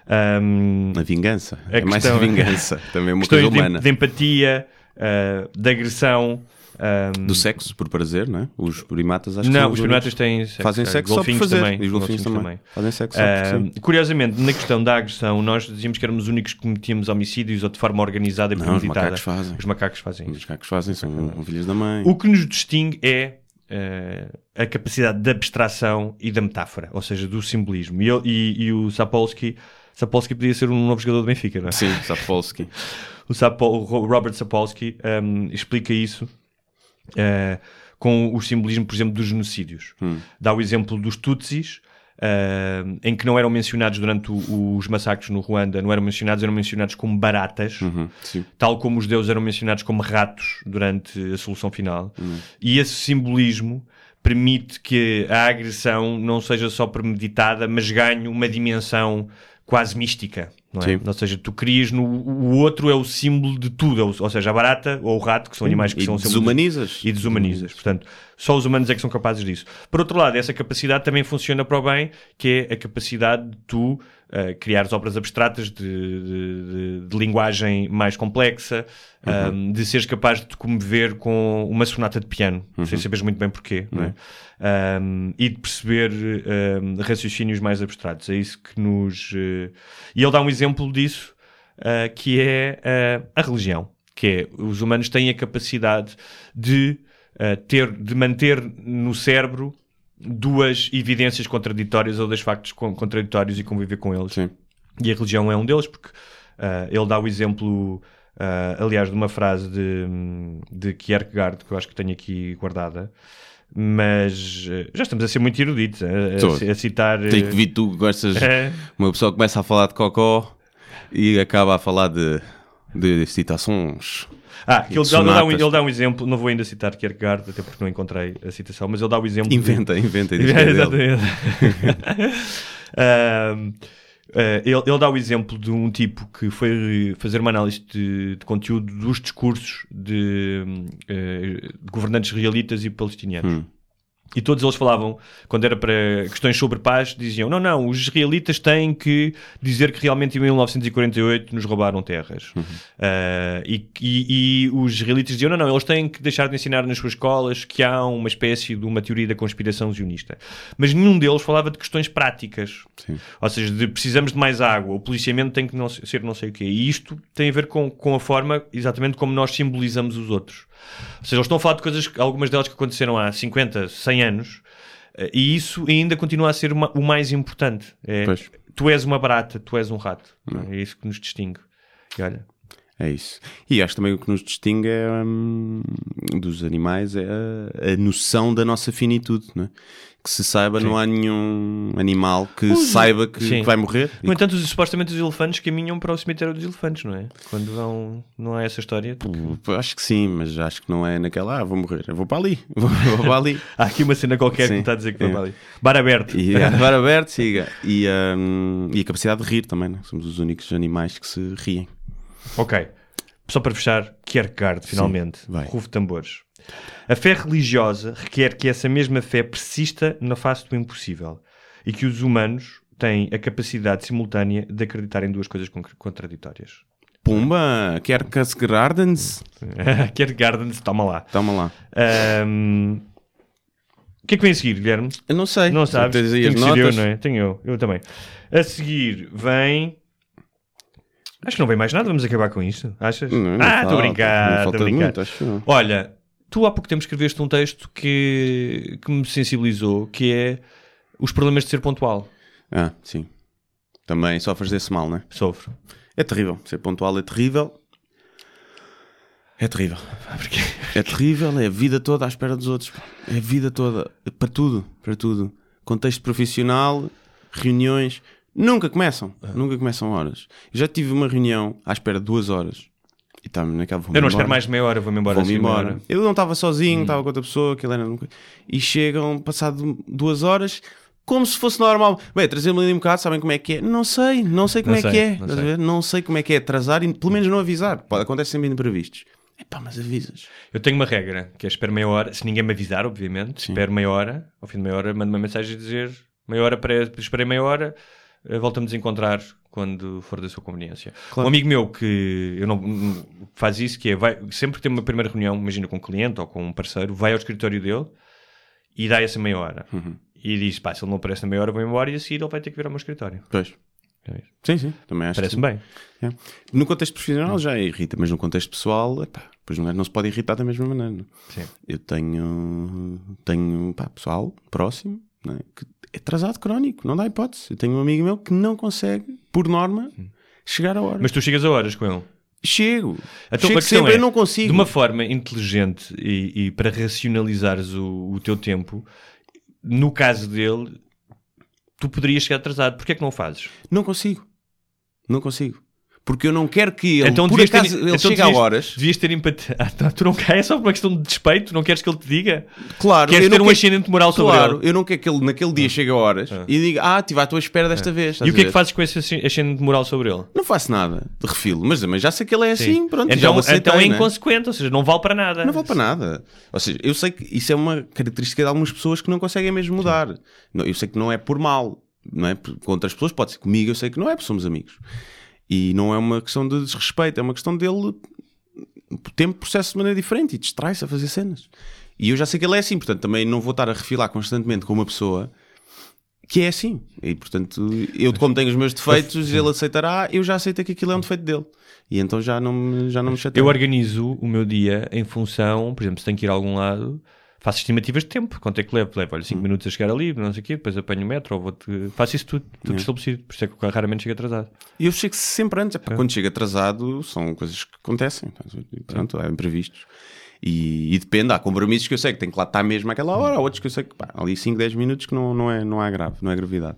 A vingança. É mais a vingança. Também é uma coisa humana. De empatia, de agressão. Do sexo, por prazer, não é? Os primatas acho que não, os primatas têm sexo. Fazem sexo só por fazer. Também, e os golfinhos também. Fazem sexo só por fazer. Curiosamente, na questão da agressão, nós dizíamos que éramos os únicos que cometíamos homicídios ou de forma organizada e premeditada. Os macacos fazem. Os macacos fazem, são filhos da mãe. O que nos distingue é a capacidade de abstração e da metáfora, ou seja, do simbolismo. E o Sapolsky podia ser um novo jogador do Benfica, não é? Sim, Sapolsky. o Robert Sapolsky explica isso com o simbolismo, por exemplo, dos genocídios. Dá o exemplo dos Tutsis, em que não eram mencionados durante os massacres no Ruanda, eram mencionados como baratas, tal como os judeus eram mencionados como ratos durante a solução final. E esse simbolismo permite que a agressão não seja só premeditada, mas ganhe uma dimensão quase mística, não é? Ou seja, tu crias o outro é o símbolo de tudo, ou seja, a barata ou o rato, que são animais que são desumanizas. E desumanizas. Portanto, só os humanos é que são capazes disso. Por outro lado, essa capacidade também funciona para o bem, que é a capacidade de tu criares obras abstratas de linguagem mais complexa, de seres capaz de te comover com uma sonata de piano, sem saberes muito bem porquê, não é? E de perceber raciocínios mais abstratos. É isso que nos... E ele dá um exemplo disso, que é a religião, que é os humanos têm a capacidade de manter no cérebro duas evidências contraditórias ou dois factos contraditórios e conviver com eles. Sim. E a religião é um deles, porque ele dá o exemplo, aliás, de uma frase de Kierkegaard, que eu acho que tenho aqui guardada, mas já estamos a ser muito eruditos a citar... Tem que vir, tu gostas... Uma pessoa começa a falar de cocó e acaba a falar de citações... Ele dá um exemplo, não vou ainda citar Kierkegaard, até porque não encontrei a citação, mas ele dá o exemplo... Inventa. Exatamente. Ele dá o exemplo de um tipo que foi fazer uma análise de conteúdo dos discursos de governantes israelitas e palestinianos. E todos eles falavam, quando era para questões sobre paz, diziam, não, os israelitas têm que dizer que realmente em 1948 nos roubaram terras. E os israelitas diziam, não, eles têm que deixar de ensinar nas suas escolas que há uma espécie de uma teoria da conspiração zionista. Mas nenhum deles falava de questões práticas. Sim. Ou seja, de precisamos de mais água, o policiamento tem que ser não sei o quê. E isto tem a ver com a forma, exatamente como nós simbolizamos os outros. Ou seja, eles estão a falar de coisas, algumas delas que aconteceram há 50, 100 anos, e isso ainda continua a ser o mais importante. Tu és uma barata, tu és um rato. É isso que nos distingue. E olha... É isso. E acho também o que nos distingue dos animais é a noção da nossa finitude, não é? Que se saiba, não há nenhum animal que saiba que vai morrer. No entanto, supostamente os elefantes caminham para o cemitério dos elefantes, não é? Quando vão... Não há essa história? Acho que sim, mas acho que não é naquela, vou morrer, eu vou para ali. Vou para ali. Há aqui uma cena qualquer que me está a dizer que vai para ali. Bar aberto. Bar aberto, siga. E a capacidade de rir também, não é? Somos os únicos animais que se riem. Ok. Só para fechar, Kierkegaard, finalmente. Rufo de tambores. A fé religiosa requer que essa mesma fé persista na face do impossível e que os humanos têm a capacidade simultânea de acreditar em duas coisas contraditórias. Pumba! Kierkegaard. Kierkegaard, toma lá. Toma lá. O que é que vem a seguir, Guilherme? Eu não sei. Não sabes? Tens aí Tenho as que ser notas? eu, não é? Tenho eu também. A seguir vem... Acho que não vem mais nada, vamos acabar com isto. Achas? Não Estou a brincar. Falta muito, acho. Olha, tu há pouco tempo escreveste um texto que me sensibilizou, que é os problemas de ser pontual. Sim. Também sofres desse mal, não é? Sofro. É terrível. Ser pontual é terrível. É terrível. É terrível, é a vida toda à espera dos outros. É a vida toda. Para tudo. Para tudo. Contexto profissional, reuniões... Nunca começam horas. Eu já tive uma reunião à espera de 2 horas e estava naquela. Eu não espero mais de meia hora, vou-me embora. Vou-me embora. Eu não estava sozinho, estava com outra pessoa, e chegam, passado 2 horas, como se fosse normal. Bem, trazer-me ali um bocado, sabem como é que é? Não sei como é que é. Não sei como é que é atrasar e pelo menos não avisar. Acontece sempre imprevistos. Mas avisas. Eu tenho uma regra, que é espero meia hora, se ninguém me avisar, obviamente, espero meia hora, ao fim de meia hora mando uma mensagem a dizer esperei meia hora. Voltamos a encontrar quando for da sua conveniência. Claro. Um amigo meu que faz isso, que é, sempre que tem uma primeira reunião, imagina com um cliente ou com um parceiro, vai ao escritório dele e dá essa meia hora. E diz, se ele não aparece na meia hora, vou embora e a seguir ele vai ter que vir ao meu escritório. Pois. É sim, também acho. Parece-me bem. É. No contexto profissional já irrita, mas no contexto pessoal, depois não se pode irritar da mesma maneira. Não? Sim. Eu tenho pessoal próximo, não é? Que é atrasado crónico, não dá hipótese. Eu tenho um amigo meu que não consegue, por norma, chegar a hora. Mas tu chegas a horas com ele? Chego Chego sempre, eu não consigo. De uma forma inteligente e para racionalizares o teu tempo, no caso dele, tu poderias chegar atrasado. Porquê é que não o fazes? Não consigo. Porque eu não quero que ele, por acaso, ele chegue a horas. Devias ter empatia. Tu não queres, é só por uma questão de despeito? Não queres que ele te diga? Claro. Queres ter um ascendente moral sobre ele? Eu não quero que ele naquele dia chegue a horas e diga, estive à tua espera desta vez. E o que é que fazes com esse ascendente moral sobre ele? Não faço nada de refilo, mas já sei que ele é assim, pronto. Então é inconsequente, ou seja, não vale para nada. Não vale para nada. Ou seja, eu sei que isso é uma característica de algumas pessoas que não conseguem mesmo mudar. Eu sei que não é por mal, não é? Com outras pessoas pode ser, comigo eu sei que não é, porque somos amigos. E não é uma questão de desrespeito, é uma questão dele o tempo processa de maneira diferente e distrai-se a fazer cenas. E eu já sei que ele é assim, portanto também não vou estar a refilar constantemente com uma pessoa que é assim. E portanto, eu como tenho os meus defeitos, ele aceitará, eu já aceito que aquilo é um defeito dele. E então já não me chateio. Eu organizo o meu dia em função, por exemplo, se tenho que ir a algum lado, faço estimativas de tempo. Quanto é que levo? Olha, 5 minutos a chegar ali, não sei o quê, depois apanho o metro, ou faço isso tudo estabelecido. Por isso é que eu raramente chego atrasado. E eu chego sempre antes. Quando chego atrasado, são coisas que acontecem. Portanto, há imprevistos. E depende, há compromissos que eu sei que tem que lá estar mesmo àquela hora, há outros que eu sei que ali 5, 10 minutos que não há gravidade.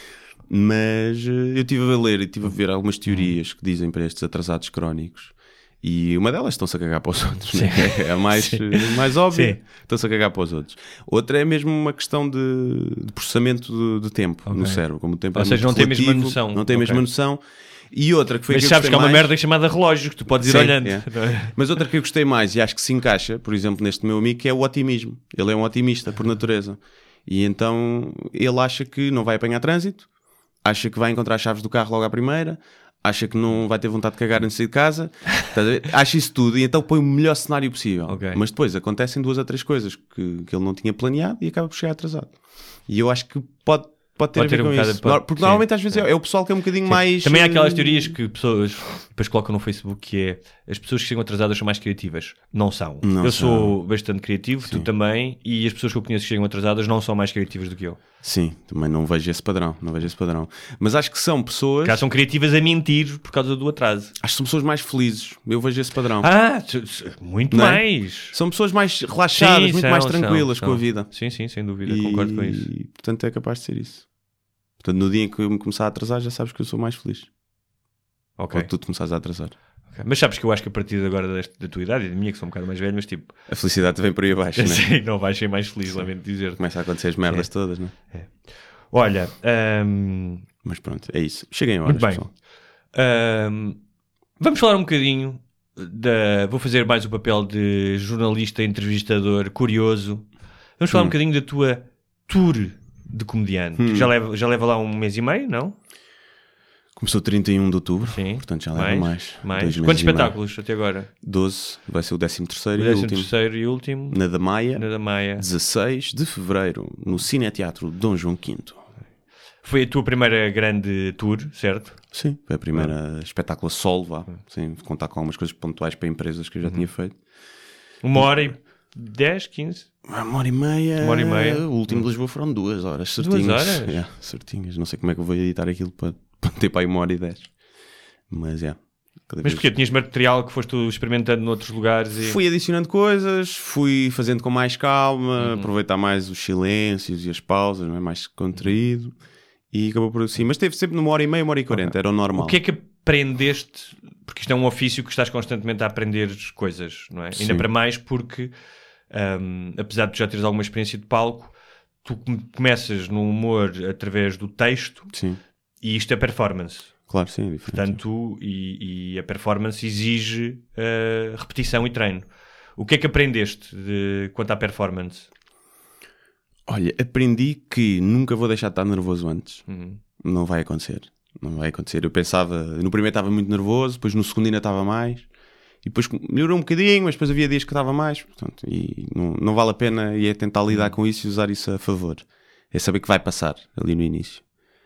Mas eu estive a ler e estive a ver algumas teorias que dizem para estes atrasados crónicos. E uma delas estão-se a cagar para os outros, né? É a mais óbvia. Estão-se a cagar para os outros. Outra é mesmo uma questão de processamento de tempo no cérebro. Como o tempo ou seja, não tem a mesma noção. Não tem a mesma noção. E outra que foi mas que sabes que há uma merda chamada relógio que tu podes ir olhando. Mas outra que eu gostei mais e acho que se encaixa, por exemplo, neste meu amigo, que é o otimismo. Ele é um otimista por natureza. E então ele acha que não vai apanhar trânsito, acha que vai encontrar as chaves do carro logo à primeira, acha que não vai ter vontade de cagar antes de sair de casa, acha isso tudo e então põe o melhor cenário possível. Mas depois acontecem 2 ou 3 coisas que ele não tinha planeado e acaba por chegar atrasado. E eu acho que pode Pode ter a ver com isso. Porque normalmente às vezes é o pessoal que é um bocadinho mais... Também há aquelas teorias que pessoas depois colocam no Facebook, que é as pessoas que chegam atrasadas são mais criativas. Não são. Eu sou bastante criativo, tu também, e as pessoas que eu conheço que chegam atrasadas não são mais criativas do que eu. Sim, também não vejo esse padrão. Mas acho que são pessoas... Que são criativas a mentir por causa do atraso. Acho que são pessoas mais felizes. Eu vejo esse padrão. Muito mais. São pessoas mais relaxadas, muito mais tranquilas com a vida. Sim, sem dúvida, concordo com isso. E portanto é capaz de ser isso. Portanto, no dia em que eu me começar a atrasar, já sabes que eu sou mais feliz. Ok. Ou tu te começares a atrasar. Okay. Mas sabes que eu acho que a partir de agora da tua idade e da minha, que sou um bocado mais velho, mas tipo... A felicidade vem por aí abaixo, não é? Sim, não vais ser mais feliz, lamento dizer. Começa a acontecer as merdas todas, não é? Olha... Mas pronto, é isso. Cheguem a horas, muito bem. Pessoal. Vamos falar um bocadinho Vou fazer mais o papel de jornalista, entrevistador, curioso. Vamos falar um bocadinho da tua tour de comediante. Já leva lá um mês e meio, não? Começou 31 de outubro, sim, portanto já leva mais. Quantos espetáculos até agora? 12, vai ser o 13º e último. Na da Maia, 16 de fevereiro, no Cineteatro Dom João V. Foi a tua primeira grande tour, certo? Sim, foi a primeira espetáculo a solo, vá, sem contar com algumas coisas pontuais para empresas que eu já tinha feito. 1h10, 15? 1h30. O último de Lisboa foram 2 horas, certinhas. 2 horas? Certinhas. Não sei como é que eu vou editar aquilo para ter para aí 1h10. Mas Mas porquê? Tinhas material que foste experimentando noutros lugares? E... Fui adicionando coisas, fui fazendo com mais calma, aproveitar mais os silêncios e as pausas, não é? Mais contraído. E acabou por assim. Mas esteve sempre numa 1h30, 1h40, era o normal. O que é que aprendeste? Porque isto é um ofício que estás constantemente a aprender coisas, não é? Sim. Ainda para mais porque, apesar de tu já teres alguma experiência de palco, tu começas no humor através do texto. Sim. E isto é performance. Claro, sim. É portanto, e a performance exige repetição e treino. O que é que aprendeste quanto à performance? Olha, aprendi que nunca vou deixar de estar nervoso antes. Não vai acontecer. Eu pensava, no primeiro estava muito nervoso, depois no segundo ainda estava mais, e depois melhorou um bocadinho, mas depois havia dias que estava mais, portanto, e não vale a pena, e é tentar lidar com isso e usar isso a favor. É saber que vai passar ali no início.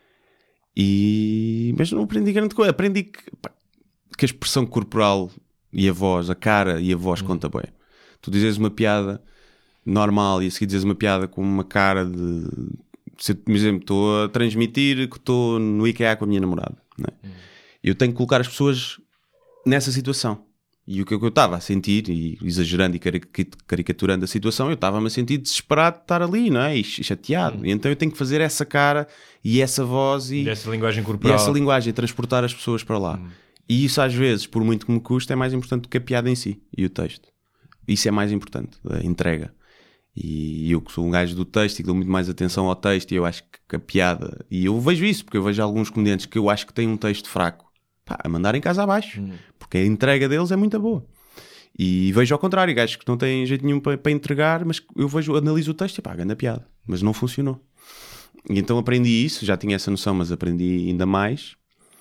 Mas não aprendi grande coisa. Aprendi que a expressão corporal e a voz, a cara e a voz conta bem. Tu dizes uma piada normal e a seguir dizes uma piada com uma cara de... Se, por exemplo, estou a transmitir que estou no IKEA com a minha namorada, não é? Eu tenho que colocar as pessoas nessa situação. E o que eu estava a sentir, e exagerando e caricaturando a situação, eu estava-me a sentir desesperado de estar ali, não é? E chateado. E então eu tenho que fazer essa cara e essa voz e essa linguagem corporal. E essa linguagem, transportar as pessoas para lá. E isso às vezes, por muito que me custe, é mais importante do que a piada em si e o texto. Isso é mais importante, a entrega. E eu que sou um gajo do texto e que dou muito mais atenção ao texto, e eu acho que a piada... E eu vejo isso, porque eu vejo alguns comediantes que eu acho que têm um texto fraco, a mandar em casa abaixo, porque a entrega deles é muito boa. E vejo ao contrário, gajos que não têm jeito nenhum para entregar, mas eu analiso o texto e grande piada, mas não funcionou. E então aprendi isso, já tinha essa noção, mas aprendi ainda mais.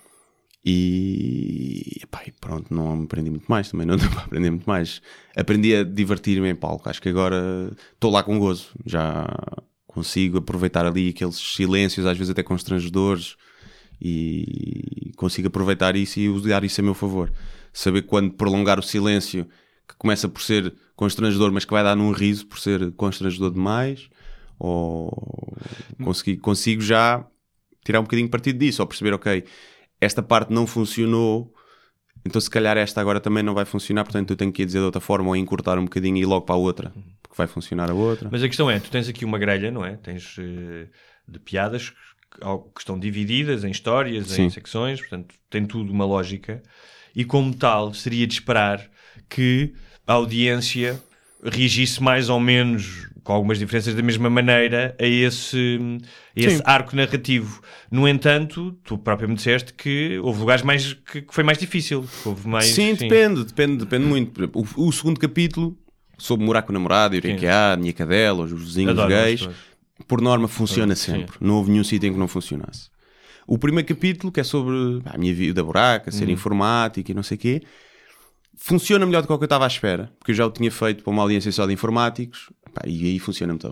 E pronto, não aprendi muito mais, também não deu para aprender muito mais. Aprendi a divertir-me em palco, acho que agora estou lá com gozo, já consigo aproveitar ali aqueles silêncios, às vezes até constrangedores, e consigo aproveitar isso e usar isso a meu favor. Saber quando prolongar o silêncio, que começa por ser constrangedor, mas que vai dar num riso por ser constrangedor demais, ou consigo já tirar um bocadinho partido disso, ou perceber, ok, esta parte não funcionou, então se calhar esta agora também não vai funcionar, portanto eu tenho que ir dizer de outra forma, ou encurtar um bocadinho e ir logo para a outra, porque vai funcionar a outra. Mas a questão é, tu tens aqui uma grelha, não é? Tens de piadas que estão divididas em histórias, Sim. em secções, portanto tem tudo uma lógica, e como tal seria de esperar que a audiência reagisse mais ou menos, com algumas diferenças, da mesma maneira a esse arco narrativo. No entanto, tu próprio me disseste que houve lugares que foi mais difícil. Houve mais, sim, depende muito. O segundo capítulo, sobre morar com o namorado, ir a minha cadela, os vizinhos gays, por norma funciona sempre. Não houve nenhum sítio em que não funcionasse. O primeiro capítulo, que é sobre a minha vida buraca, ser informático e não sei o quê, funciona melhor do que o que eu estava à espera, porque eu já o tinha feito para uma audiência só de informáticos, e aí funciona muito bem.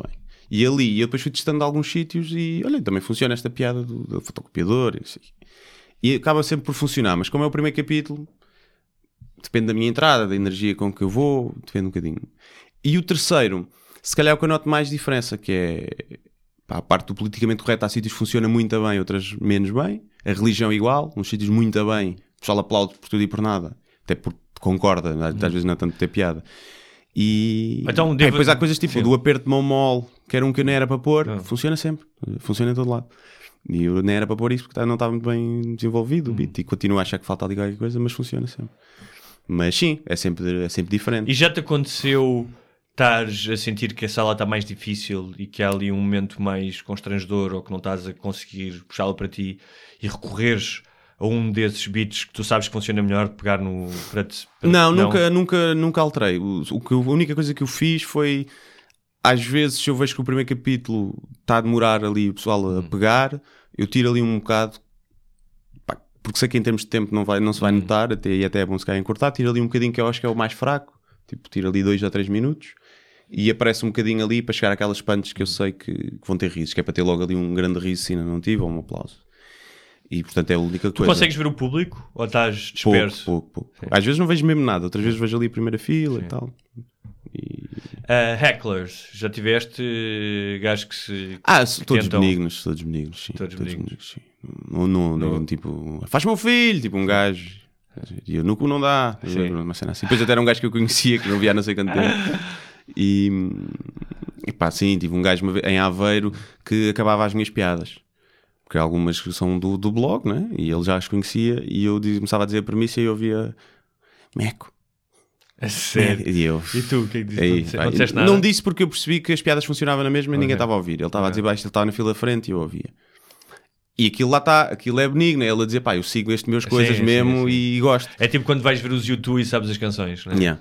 E ali, eu depois fui testando alguns sítios e, olha, também funciona esta piada do fotocopiador e assim. E acaba sempre por funcionar, mas como é o primeiro capítulo, depende da minha entrada, da energia com que eu vou, depende um bocadinho. E o terceiro, se calhar é o que eu noto mais diferença, que é a parte do politicamente correto. Há sítios que funciona muito bem, outras menos bem. A religião igual, uns sítios muito bem, o pessoal aplaude por tudo e por nada, até porque concorda, às vezes não é tanto ter piada. E então, depois há coisas tipo do aperto de mão mole, que era um que eu nem era para pôr, funciona sempre, funciona em todo lado. E eu nem era para pôr isso porque não estava muito bem desenvolvido o beat, e continuo a achar que falta ali qualquer coisa, mas funciona sempre. Mas sim, é sempre diferente. E já te aconteceu estares a sentir que a sala está mais difícil e que há ali um momento mais constrangedor, ou que não estás a conseguir puxá-la para ti, e recorreres a um desses beats que tu sabes que funciona melhor, pegar no... Não, nunca alterei. A única coisa que eu fiz foi, às vezes, se eu vejo que o primeiro capítulo está a demorar ali o pessoal a pegar, eu tiro ali um bocado, porque sei que em termos de tempo não se vai notar, e até é bom se calhar encurtar, tiro ali um bocadinho que eu acho que é o mais fraco, tipo, tiro ali 2 a 3 minutos, e aparece um bocadinho ali para chegar àquelas punches que eu sei que vão ter risos, que é para ter logo ali um grande riso se ainda não tive, ou um aplauso. E portanto é a única coisa. Tu consegues ver o público ou estás disperso? Pouco. Às vezes não vejo mesmo nada, outras vezes vejo ali a primeira fila e tal. Hecklers, já tiveste gajos que se... todos benignos, sim. Todos benignos, sim. Não, tipo, faz meu filho, tipo um gajo. E eu nunca não dá. Uma cena assim. Depois até era um gajo que eu conhecia, que não via há não sei quanto tempo. E pá, sim, tive um gajo em Aveiro que acabava as minhas piadas. Porque algumas são do blog, né? E ele já as conhecia, e eu começava a dizer a premissa e eu ouvia Meco. É sério? E tu, o que é que disse? Não disseste nada? Não disse porque eu percebi que as piadas funcionavam na mesma e ninguém estava a ouvir. Ele estava a dizer baixo, ele estava na fila da frente e eu ouvia. E aquilo lá está, aquilo é benigno. Ele a dizer, pá, eu sigo estas minhas coisas mesmo e gosto. É tipo quando vais ver os YouTube e sabes as canções, não é? Yeah.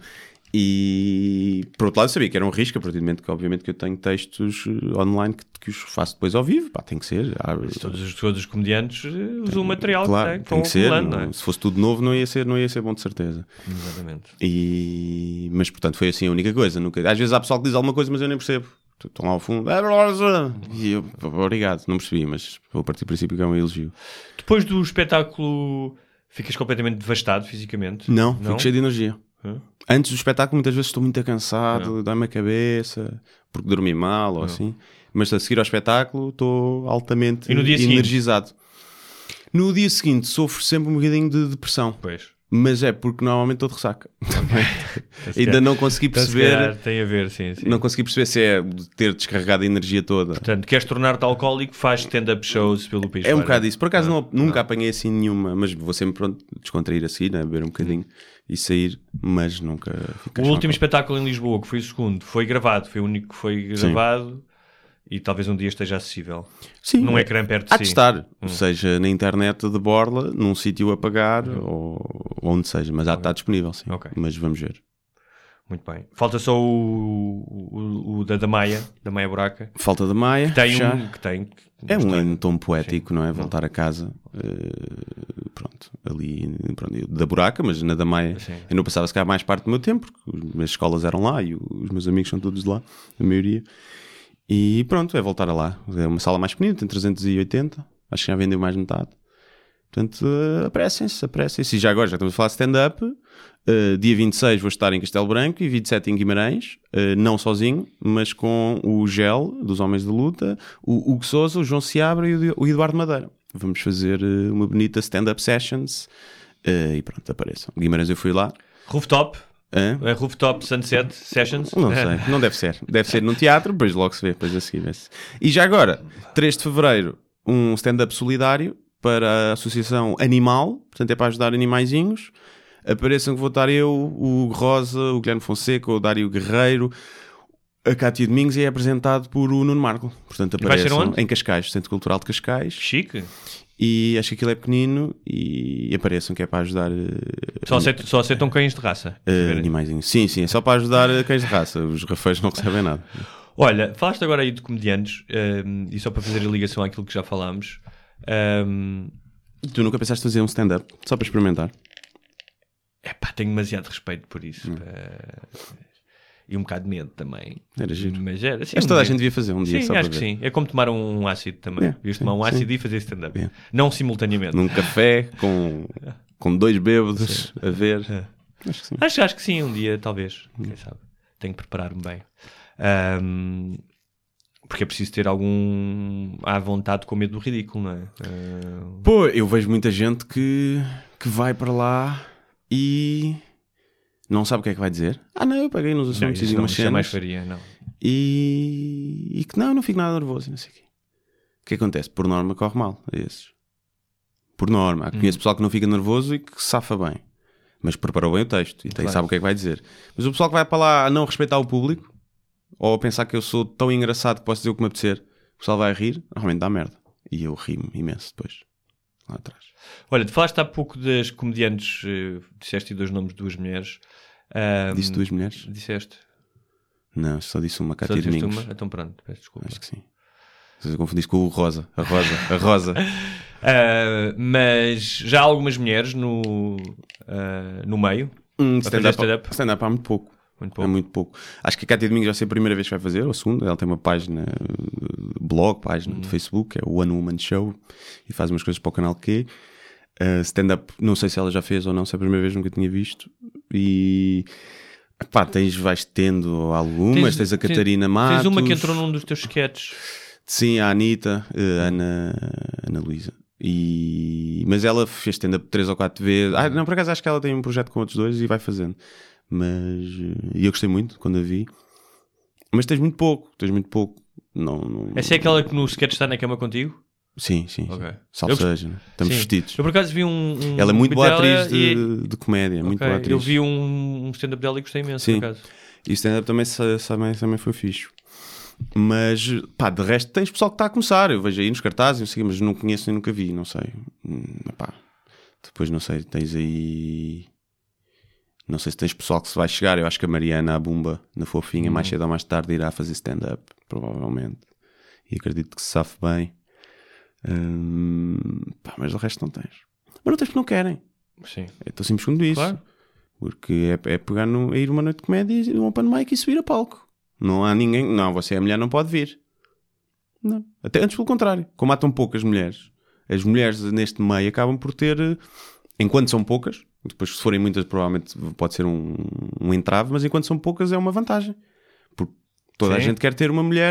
E por outro lado eu sabia que era um risco, a partir do momento que obviamente que eu tenho textos online que os faço depois ao vivo, pá, tem que ser. Todos os comediantes usam o material claro, que tem que ser. Não é? Se fosse tudo novo não ia ser bom de certeza. Exatamente. Mas portanto foi assim a única coisa. Às vezes há pessoal que diz alguma coisa mas eu nem percebo. Estão lá ao fundo e eu, obrigado, não percebi, mas vou partir do princípio que é um elogio. Depois do espetáculo ficas completamente devastado fisicamente? Não, fico cheio de energia. Antes do espetáculo muitas vezes estou muito cansado, dá-me a cabeça porque dormi mal ou assim, mas a seguir ao espetáculo estou altamente energizado. No dia seguinte sofro sempre um bocadinho de depressão. Pois. Mas é porque normalmente estou de ressaca. Ainda não consegui perceber. Tem a ver, sim. Não consegui perceber se é de ter descarregado a energia toda. Portanto, queres tornar-te alcoólico, faz stand-up shows pelo país. É um bocado isso. Por acaso nunca apanhei assim nenhuma, mas vou sempre pronto descontrair assim, né? Beber um bocadinho e sair, mas nunca. O último espetáculo em Lisboa, que foi o segundo, foi gravado, foi o único que foi gravado. Sim. E talvez um dia esteja acessível. Sim, num ecrã perto de si. Há de estar, seja na internet de borla, num sítio a pagar ou onde seja, mas há de estar disponível, sim. Mas vamos ver. Muito bem. Falta só o da Maia Buraca. Falta da Maia. Que tem é um tom poético, não é? Voltar a casa. Pronto, ali da Buraca, mas na da Maia eu não passava se calhar mais parte do meu tempo, porque as escolas eram lá e os meus amigos são todos de lá, a maioria. E pronto, é voltar a lá. É uma sala mais pequenina, tem 380. Acho que já vendeu mais metade. Portanto, apressem-se. E já agora, já estamos a falar de stand-up. Dia 26 vou estar em Castelo Branco e 27 em Guimarães. Não sozinho, mas com o Gel, dos Homens de Luta, o Hugo Sousa, o João Seabra e o Eduardo Madeira. Vamos fazer uma bonita stand-up sessions. E pronto, apareçam. Guimarães eu fui lá. Rooftop. É Rooftop Sunset Sessions? Não sei, não deve ser. Deve ser num teatro, depois logo se vê, depois a seguir vê-se. E já agora, 3 de Fevereiro, um stand-up solidário para a Associação Animal, portanto é para ajudar animaizinhos. Apareçam que vou estar eu, o Hugo Rosa, o Guilherme Fonseca, o Dário Guerreiro, a Cátia Domingos, e é apresentado por o Nuno Marco. Portanto apareçam em Cascais, Centro Cultural de Cascais. Chique. E acho que aquilo é pequenino e apareçam que é para ajudar. Só aceitam cães de raça? Animaizinhos. Sim, é só para ajudar cães de raça. Os rafeiros não recebem nada. Olha, falaste agora aí de comediantes e só para fazer a ligação àquilo que já falámos. Tu nunca pensaste fazer um stand-up? Só para experimentar? Tenho demasiado respeito por isso. E um bocado de medo também. Era giro. Mas era assim, Toda a gente devia fazer um dia. Sim, só acho para que ver. sim. É como tomar um ácido também. Devias tomar um ácido e fazer stand-up. Não simultaneamente. Num café, com 2 bêbados a ver. Acho que sim. Acho que sim, um dia, talvez. Quem sabe? Tenho que preparar-me bem. Porque é preciso ter à vontade com medo do ridículo, não é? Pô, eu vejo muita gente que vai para lá e não sabe o que é que vai dizer. Não, eu peguei nos assuntos e umas cenas. Mais faria, não. E que não fico nada nervoso e não sei o quê. O que acontece? Por norma corre mal a esses. Por norma. Conheço pessoal que não fica nervoso e que safa bem. Mas preparou bem o texto e sabe o que é que vai dizer. Mas o pessoal que vai para lá a não respeitar o público ou a pensar que eu sou tão engraçado que posso dizer o que me apetecer, o pessoal vai rir, realmente dá merda. E eu rio-me imenso depois, lá atrás. Olha, tu falaste há pouco das comediantes, disseste 2 nomes de 2 mulheres. Disse 2 mulheres? Disseste? Não, só disse uma, Só Cátia disseste Domingos. uma? Então pronto, peço desculpa. Acho que sim. Eu confundi-se com o Rosa. A Rosa. Mas já há algumas mulheres no meio? Stand-up há muito pouco. É muito pouco. Acho que a Cátia Domingos vai ser a primeira vez que vai fazer, ou a segunda. Ela tem uma página, página de Facebook, é o One Woman Show, e faz umas coisas para o canal Q. Stand-up, não sei se ela já fez ou não, se é a primeira vez, nunca tinha visto. E pá, vais tendo algumas, tens a Catarina Matos. Tens uma que entrou num dos teus sketches. Sim, a Anitta, a Ana Luísa. Mas ela fez stand-up 3 ou 4 vezes. Não, por acaso acho que ela tem um projeto com outros 2 e vai fazendo. Mas eu gostei muito quando a vi. Mas tens muito pouco. Não... Essa é aquela que no sketch está na cama contigo? Sim. Okay. Salve seja, né? Estamos vestidos. Eu por acaso vi ela é muito boa atriz de comédia. Muito boa atriz. Eu vi um stand-up dela e gostei imenso, sim. por acaso. E o stand-up também foi fixe. Mas, pá, de resto tens pessoal que está a começar. Eu vejo aí nos cartazes, mas não conheço nem nunca vi, não sei. Depois não sei, tens aí... Não sei se tens pessoal que se vai chegar. Eu acho que a Mariana, a Bumba, na Fofinha, mais cedo ou mais tarde irá fazer stand-up, provavelmente. E acredito que se safe bem. Mas o resto não tens. Mas não tens porque não querem. Sim. É tão simples quanto isso. Claro. Porque é pegar a ir uma noite de comédia, um open mic e subir a palco. Não há ninguém... Não, você é mulher, não pode vir. Não. Até antes pelo contrário. Como há tão poucas mulheres, as mulheres neste meio acabam por ter... Enquanto são poucas, depois se forem muitas provavelmente pode ser um entrave, mas enquanto são poucas é uma vantagem. Porque toda a gente quer ter uma mulher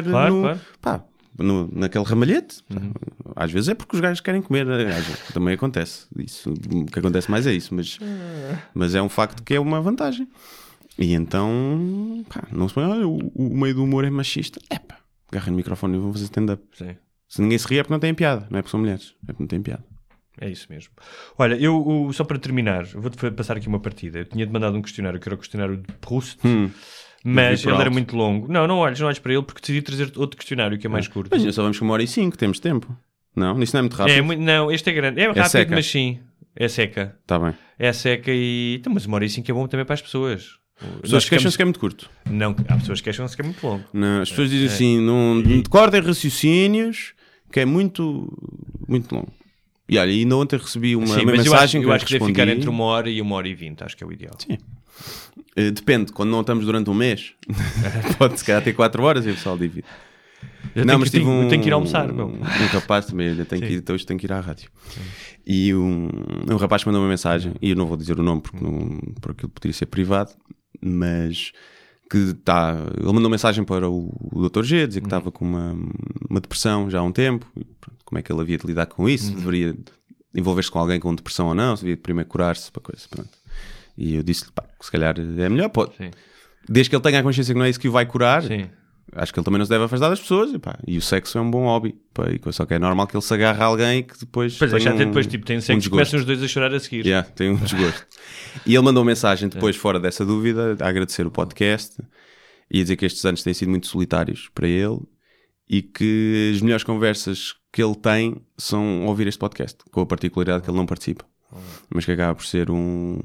naquele ramalhete. Às vezes é porque os gajos querem comer. Também acontece. Isso, o que acontece mais é isso. Mas é um facto que é uma vantagem. E então, não se põe, o meio do humor é machista. Agarra no microfone e vão fazer stand-up. Se ninguém se ri é porque não tem piada. Não é porque são mulheres, é porque não tem piada. É isso mesmo. Olha, eu só para terminar, vou-te passar aqui uma partida. Eu tinha-te mandado um questionário, que era o questionário de Proust, mas ele era muito longo. Não olhes para ele, porque decidi trazer outro questionário que é mais curto. Mas só vamos com 1h05, temos tempo. Não, isso não é muito rápido. Não, este é grande. É rápido, seca. mas sim. É seca. Está bem. É seca e... Então, mas 1h05 é bom também para as pessoas. As pessoas queixam-se que é muito curto. Não, há pessoas que queixam-se que é muito longo. Não, as pessoas dizem assim, não cortem raciocínios, que é muito, muito longo. E olha, ainda ontem recebi uma mensagem eu acho que deve respondi. ficar entre 1h e 1h20, acho que é o ideal. Sim. Depende, quando não estamos durante um mês, pode se calhar ter 4 horas e o pessoal divide. Eu tenho que ir almoçar, meu. Um rapaz também, hoje tenho que ir à rádio. Sim. E um rapaz mandou uma mensagem, e eu não vou dizer o nome porque aquilo poderia ser privado, mas que ele mandou mensagem para o Dr. G, dizer que estava com uma depressão já há um tempo, como é que ele havia de lidar com isso, deveria envolver-se com alguém com depressão ou não, se devia primeiro curar-se para coisa, pronto. E eu disse-lhe, se calhar é melhor, pode. Sim. Desde que ele tenha a consciência que não é isso que o vai curar, sim. Acho que ele também não se deve afastar das pessoas, e o sexo é um bom hobby, só que é normal que ele se agarre a alguém que depois... Pois depois, tipo, tem sexo e começam os dois a chorar a seguir. Tem um desgosto. E ele mandou uma mensagem depois, fora dessa dúvida, a agradecer o podcast e a dizer que estes anos têm sido muito solitários para ele e que as melhores conversas que ele tem são ouvir este podcast, com a particularidade que ele não participa, mas que acaba por ser um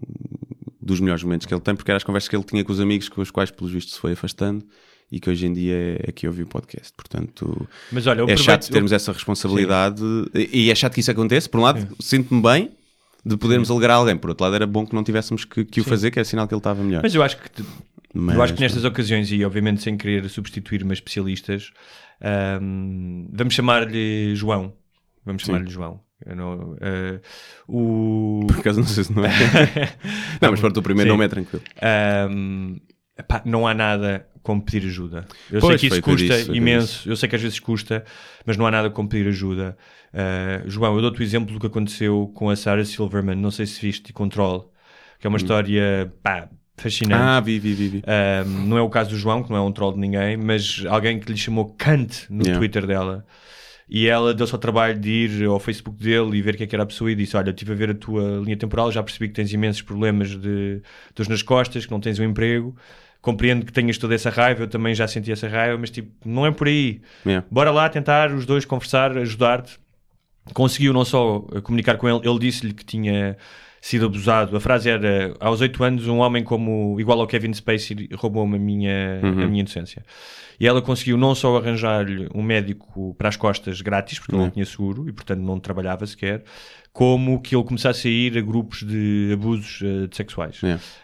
dos melhores momentos que ele tem, porque eram as conversas que ele tinha com os amigos com os quais, pelos vistos, se foi afastando e que hoje em dia é que ouve o podcast. Portanto, mas olha, é chato termos essa responsabilidade e é chato que isso aconteça. Por um lado, sinto-me bem de podermos alegrar alguém, por outro lado era bom que não tivéssemos que o fazer, que é sinal que ele estava melhor. Mas eu acho que Mas, eu acho que nestas ocasiões, e obviamente sem querer substituir umas especialistas, vamos chamar-lhe João. Vamos chamar-lhe João. Eu não, Por acaso não sei se não é. Não, mas para o primeiro nome é tranquilo. Não há nada como pedir ajuda. Eu Pois, sei que isso foi o que eu custa disse, imenso, eu sei que às vezes custa, mas não há nada como pedir ajuda. João, eu dou-te o exemplo do que aconteceu com a Sarah Silverman, não sei se viste, Control, que é uma história fascinante. Vi. Não é o caso do João, que não é um troll de ninguém, mas alguém que lhe chamou Cunt no Twitter dela. E ela deu-se ao trabalho de ir ao Facebook dele e ver quem é que era a pessoa e disse: olha, eu estive a ver a tua linha temporal, já percebi que tens imensos problemas de dores nas costas, que não tens um emprego, compreendo que tenhas toda essa raiva, eu também já senti essa raiva, mas tipo, não é por aí. Bora lá tentar os dois conversar, ajudar-te. Conseguiu não só comunicar com ele, ele disse-lhe que tinha sido abusado. A frase era: aos 8 anos um homem igual ao Kevin Spacey roubou-me a minha inocência. E ela conseguiu não só arranjar-lhe um médico para as costas grátis, porque ele não tinha seguro e portanto não trabalhava sequer, como que ele começasse a ir a grupos de abusos sexuais.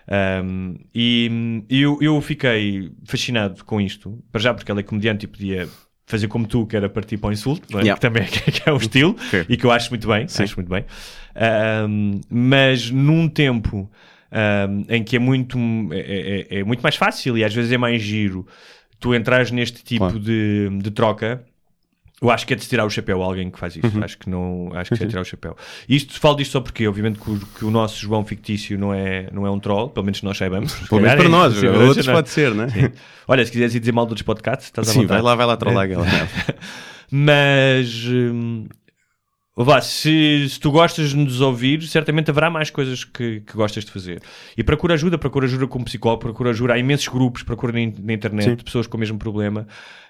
E eu fiquei fascinado com isto, para já porque ela é comediante e podia fazer como tu, que era partir para o insulto, não é? Que também é um estilo, e que eu acho muito bem. Acho muito bem. Mas num tempo em que é muito mais fácil e às vezes é mais giro tu entras neste tipo de troca, eu acho que é de se tirar o chapéu a alguém que faz isso. Acho que é de tirar o chapéu. Falo disto só porque, obviamente, que o nosso João fictício não é um troll, pelo menos nós saibamos. Pelo menos para nós, outros pode ser, não é? Sim. Olha, se quiseres ir dizer mal de outros podcasts, estás à vontade. Sim, vai lá trollar aquela. Mas... se tu gostas de nos ouvir, certamente haverá mais coisas que gostas de fazer. E procura ajuda com um psicólogo, procura ajuda. Há imensos grupos, procura na internet de pessoas com o mesmo problema,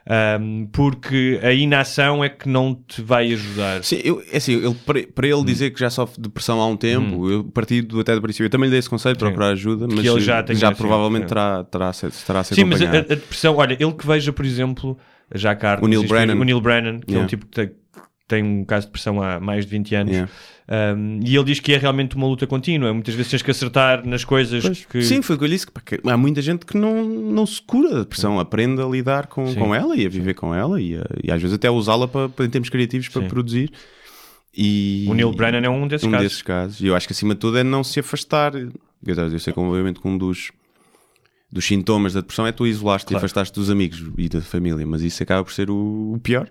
porque a inação é que não te vai ajudar. Sim, para ele dizer que já sofre de depressão há um tempo, eu parti até do princípio, eu também lhe dei esse conselho de procurar ajuda, mas ele já provavelmente estará a ser acompanhado. Sim, mas a depressão, olha, ele que veja, por exemplo, já cá o Neil Brennan, que é um tipo que tem um caso de depressão há mais de 20 anos, e ele diz que é realmente uma luta contínua. Muitas vezes tens que acertar nas coisas que... Sim, foi o que eu disse, que há muita gente que não se cura da depressão, aprende a lidar com ela e a viver com ela e às vezes até a usá-la em termos criativos para produzir. E o Neil Brennan é um desses casos. E eu acho que acima de tudo é não se afastar. Eu sei que obviamente que um dos sintomas da depressão é tu isolaste e afastaste dos amigos e da família, mas isso acaba por ser o pior.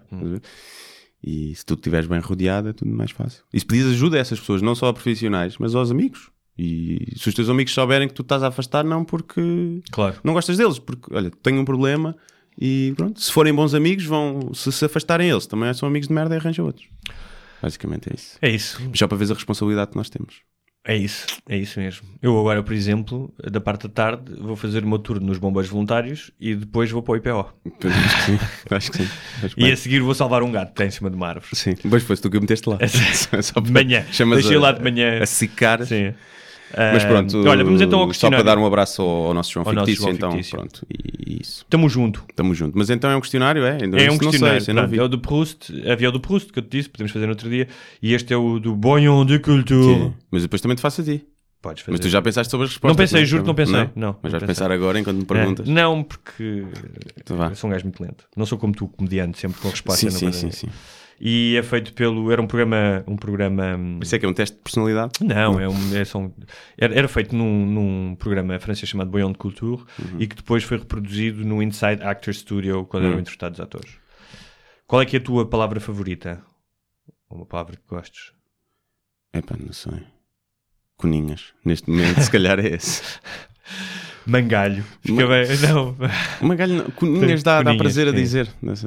E se tu estiveres bem rodeado é tudo mais fácil. E se pedires ajuda a essas pessoas, não só a profissionais, mas aos amigos. E se os teus amigos souberem que tu estás a afastar, não porque não gostas deles, porque olha, tenho um problema e pronto. Se forem bons amigos, se afastarem eles, também são amigos de merda e arranjam outros. Basicamente é isso. É isso. Mas só para ver a responsabilidade que nós temos. É isso mesmo. Eu agora, por exemplo, da parte da tarde, vou fazer o meu turno nos bombeiros voluntários e depois vou para o IPO. Acho que sim. E a seguir vou salvar um gato que está em cima de uma árvore. Sim, depois foste tu que o meteste lá. De manhã. Deixei lá de manhã. A secar. Sim. Mas pronto, olha, vamos então ao questionário. Só para dar um abraço ao nosso João fictício, então fictício. Pronto, e isso. Estamos junto. Mas então é um questionário, é? É um questionário, é o do Proust, havia o do Proust que eu te disse, podemos fazer no outro dia, e este é o do Bonhon de Culture. Sim. Mas depois também te faço a ti. Podes fazer. Mas tu já pensaste sobre as respostas? Não pensei, juro que não pensei. Não, mas vais pensar agora enquanto me perguntas? Não, porque eu sou um gajo muito lento. Não sou como tu, comediante, sempre com a resposta. Sim. E é feito era um programa... Isso é que é um teste de personalidade? Não, era feito num programa francês chamado Bonhon de Culture e que depois foi reproduzido no Inside Actors Studio quando eram interpretados atores. Qual é que é a tua palavra favorita? Ou uma palavra que gostes? Não sei. Coninhas. Neste momento, se calhar é esse. Mangalho. Fica bem. Não. Mangalho não. Coninhas dá prazer a dizer.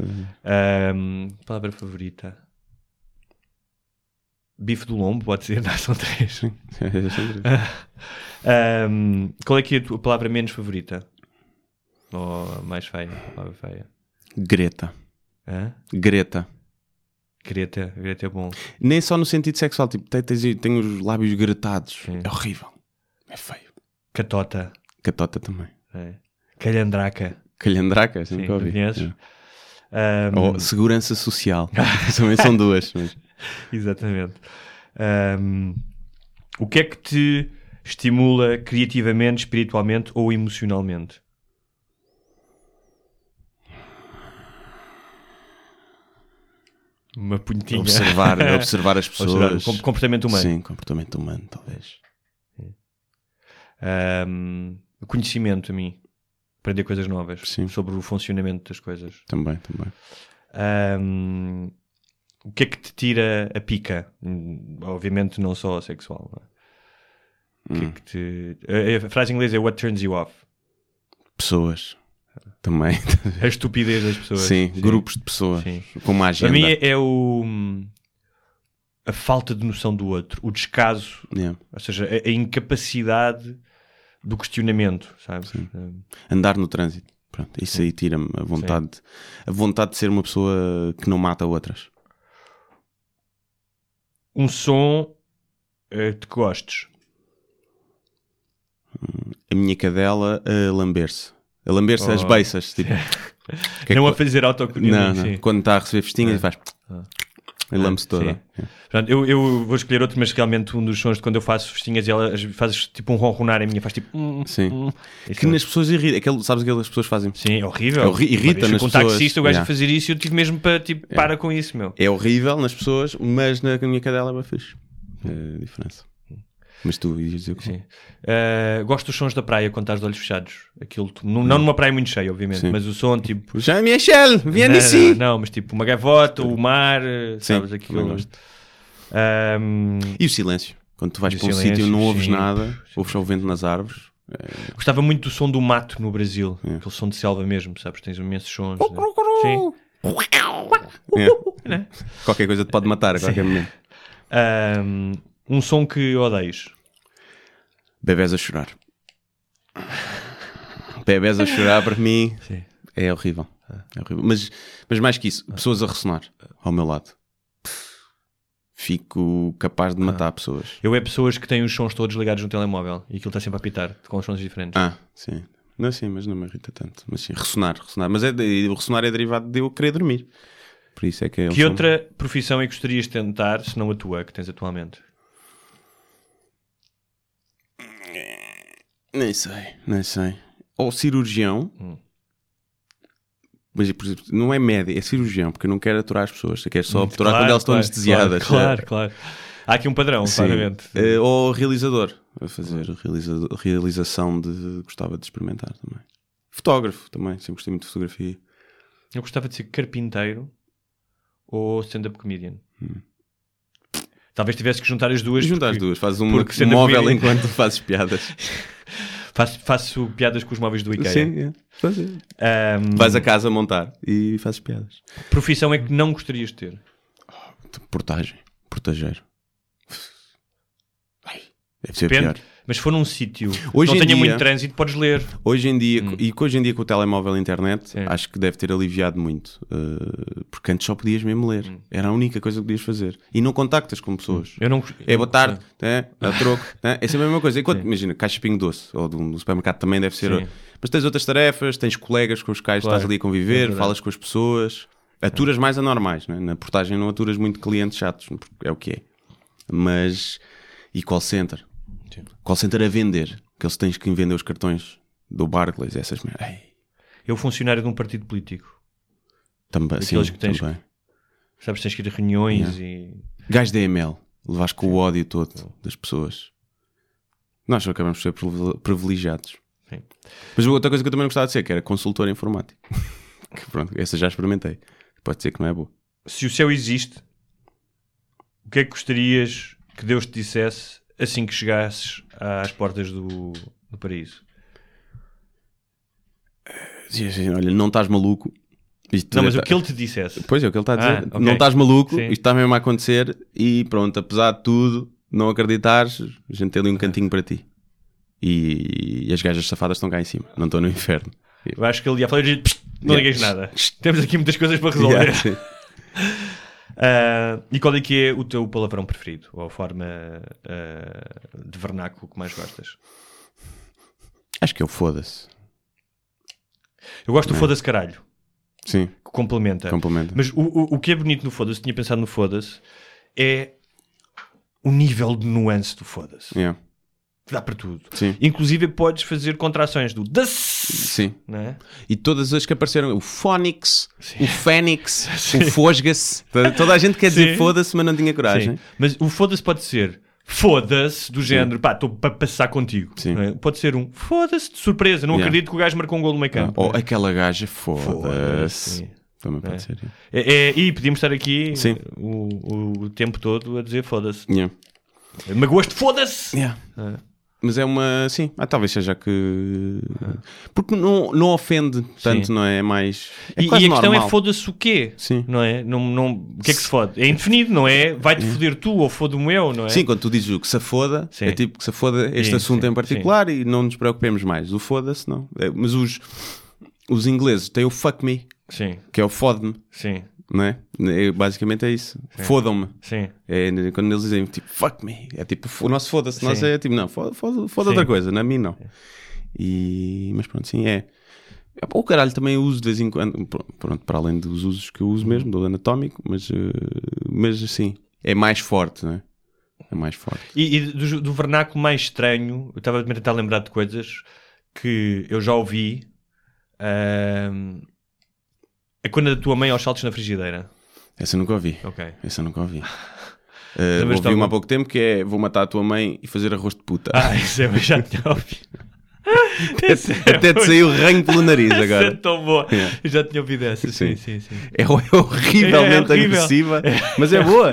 Palavra favorita. Bife do lombo, pode ser. Não, são 3. Qual é que é a tua palavra menos favorita? Ou mais feia? Palavra feia. Greta. Greta é bom. Nem só no sentido sexual, tipo, tem os lábios gretados. Sim. É horrível. É feio. Catota também. Calhandraca, sempre ouvi. Conheces? Ou segurança social. Também são duas. Mas... Exatamente. O que é que te estimula criativamente, espiritualmente ou emocionalmente? Uma punhetinha. Observar as pessoas. Comportamento humano. Sim, comportamento humano, talvez. Conhecimento a mim. Aprender coisas novas. Sim. Sobre o funcionamento das coisas. Também. O que é que te tira a pica? Obviamente não só a sexual. Não é? O que é que a frase em inglês é what turns you off? Pessoas. Também. A estupidez das pessoas. Sim, grupos de pessoas. Sim. Com uma agenda. Para mim a falta de noção do outro. O descaso. Yeah. Ou seja, a incapacidade do questionamento, sabes? Andar no trânsito. Pronto, isso aí tira-me a vontade de ser uma pessoa que não mata outras. Um som de que gostes. A minha cadela a lamber-se. A lamber-se as beiças. Tipo, não a fazer autocuidado. Não. Quando está a receber festinhas, faz... E lambe-se toda. Portanto, eu vou escolher outro, mas realmente um dos sons de quando eu faço festinhas e ela faz tipo um ronronar em minha, faz tipo... Sim. Que nas pessoas irrita. Sabes aquilo que as pessoas fazem? Sim, é horrível. Irrita nas pessoas. Com um taxista, eu gosto de fazer isso e eu tive mesmo para, tipo, para com isso, meu. É horrível nas pessoas, mas na minha cadela é bem fixe. É a diferença. Mas tu ias dizer o que? Sim. Gosto dos sons da praia quando estás de olhos fechados. Aquilo, não numa praia muito cheia, obviamente, sim. Mas o som tipo... Jean-Michel, viens ici! Não, mas tipo uma gaivota, o mar, sabes, aquilo... E o silêncio? Quando tu vais para um sítio e não ouves nada, ouves só o vento nas árvores. Gostava muito do som do mato no Brasil. Aquele som de selva mesmo, sabes? Tens imensos sons. Sim. Qualquer coisa te pode matar a qualquer momento. Um som que odeies. Bebés a chorar. Bebés a chorar para mim é horrível. É horrível. Mas mais que isso, pessoas a ressonar ao meu lado. Fico capaz de matar pessoas. Eu é pessoas que têm os sons todos ligados no telemóvel e aquilo está sempre a apitar com os sons diferentes. Sim. Não, sim, mas não me irrita tanto. Mas sim, ressonar. Mas o ressonar é derivado de eu querer dormir. Por isso é que Que outra profissão é que gostarias de tentar, se não a tua, que tens atualmente? Nem sei. Ou cirurgião. Mas, por exemplo, não é médico, é cirurgião, porque eu não quero aturar as pessoas. Eu quero só aturar quando elas estão anestesiadas. Claro. Há aqui um padrão, claramente. Ou realizador. A fazer realização de... Gostava de experimentar também. Fotógrafo também. Sempre gostei muito de fotografia. Eu gostava de ser carpinteiro ou stand-up comedian. Talvez tivesse que juntar as duas. Fazes um móvel enquanto fazes piadas. Faço piadas com os móveis do IKEA. Sim, vais a casa montar e fazes piadas. Profissão é que não gostarias de ter? Portageiro. Deve ser pior. Mas se for num sítio que não tenha muito trânsito, podes ler. Hoje em dia, com o telemóvel e a internet, acho que deve ter aliviado muito. Porque antes só podias mesmo ler. Era a única coisa que podias fazer. E não contactas com pessoas. Boa tarde, a troco. É sempre a mesma coisa. Enquanto, imagina, caixa Pingo Doce ou do supermercado também deve ser. Mas tens outras tarefas, tens colegas com os quais estás ali a conviver, falas com as pessoas. Aturas mais anormais. Né? Na portagem não aturas muito clientes chatos. É o que é. Mas... E call center. Call center a vender, que eles tens que vender os cartões do Barclays, essas merdas. Eu funcionário de um partido político. Também, sim, que tens também. Sabes, tens que ir a reuniões e... Gajo da EML, levas com o ódio todo das pessoas. Nós só acabamos de ser privilegiados. Sim. Mas outra coisa que eu também gostava de ser, que era consultor informático. Que, pronto, essa já experimentei. Pode ser que não é boa. Se o céu existe, o que é que gostarias que Deus te dissesse assim que chegasses às portas do paraíso? Olha, não estás maluco. Mas o que ele te dissesse. Pois é, o que ele está a dizer. Okay. Não estás maluco, isto está mesmo a acontecer e pronto, apesar de tudo, não acreditares, a gente tem ali um cantinho para ti. E as gajas safadas estão cá em cima, não estão no inferno. Eu acho que ele ia falar e não ligues nada. Temos aqui muitas coisas para resolver. E qual é que é o teu palavrão preferido? Ou a forma de vernáculo que mais gostas? Acho que é o foda-se. Eu gosto do foda-se caralho. Sim. Que complementa. Mas o que é bonito no foda-se, tinha pensado no foda-se, é o nível de nuance do foda-se. Dá para tudo. Sim. Inclusive podes fazer contrações do das. Sim. Não é? E todas as que apareceram, o Phonics, o Fênix, o Fosga-se. Toda a gente quer dizer foda-se, mas não tinha coragem. Sim. Mas o foda-se pode ser foda-se, do género, pá, estou para passar contigo. Não é? Pode ser um foda-se de surpresa. Não acredito que o gajo marcou um gol no meio campo. Ou aquela gaja, foda-se. Também pode ser. E podíamos estar aqui o tempo todo a dizer foda-se. Yeah. Magoaste, foda-se! Yeah. Mas é uma... Sim, talvez seja que... Porque não ofende tanto, não é? É mais... É e a questão normal. é foda-se o quê? Sim. Não é? Não, o que é que se fode? É indefinido, não é? Vai-te foder tu ou foda-me eu, não é? Sim, quando tu dizes o que se foda, é tipo que se foda este assunto em particular e não nos preocupemos mais. O foda-se, não. Mas os ingleses têm o fuck me, que é o fode-me. Sim. Não é? Basicamente é isso. Fodam-me. Sim. Quando eles dizem tipo fuck me, é tipo o nosso foda-se. Nós é tipo não, foda outra coisa, na mim não. Mas pronto, sim, o caralho também uso de vez em quando, pronto, para além dos usos que eu uso mesmo, do anatómico, mas assim, é mais forte, não é? É mais forte. E do vernáculo mais estranho, eu estava a tentar lembrar de coisas que eu já ouvi. É quando a tua mãe aos saltos na frigideira. Essa eu nunca ouvi. Ok. Essa eu nunca ouvi. Ouvi uma há pouco tempo que é vou matar a tua mãe e fazer arroz de puta. Isso eu já tinha ouvido. Até te saiu ranho pelo nariz agora. Essa é tão boa. Eu já tinha ouvido essa. Sim. É horrivelmente agressiva, mas é boa.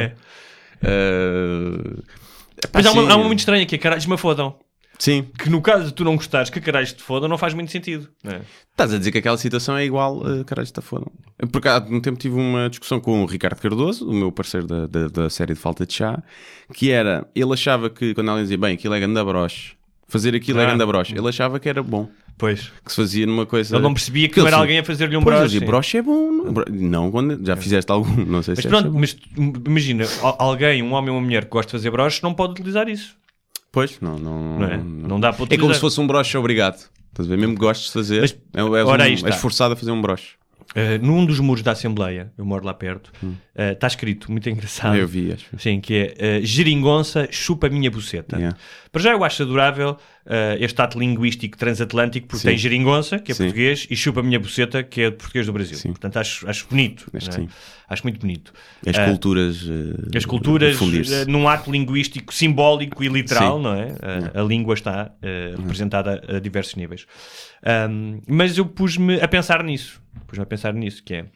Mas há uma muito estranha que é caralhos me fodam. Sim. Que no caso de tu não gostares que caralhos te fodam, não faz muito sentido. Não é? Estás a dizer que aquela situação é igual a caralhos te fodam. Porque há um tempo tive uma discussão com o Ricardo Cardoso, o meu parceiro da série de Falta de Chá, que era, ele achava que quando alguém dizia, bem, aquilo é ganda broche, fazer aquilo é ganda broche, ele achava que era bom. Pois. Que se fazia numa coisa... Ele não percebia que não era alguém a fazer-lhe um broche. Broche é bom. Não, quando já fizeste algum, não sei se pronto, mas imagina, alguém, um homem ou uma mulher que gosta de fazer broche, não pode utilizar isso. Pois, não dá para utilizar. É como se fosse um broche obrigado. Estás a ver? Mesmo que gostes de fazer, és forçado a fazer um broche. Num dos muros da Assembleia, eu moro lá perto, está escrito, muito engraçado. Eu vi, acho. Sim, que é geringonça chupa a minha buceta. Yeah. Para já eu acho adorável este ato linguístico transatlântico, porque tem geringonça, que é português, e chupa a minha buceta, que é português do Brasil. Sim. Portanto, acho bonito. Acho muito bonito. As culturas num ato linguístico simbólico e literal, não é? A língua está representada a diversos níveis. Mas eu pus-me a pensar nisso. Que é...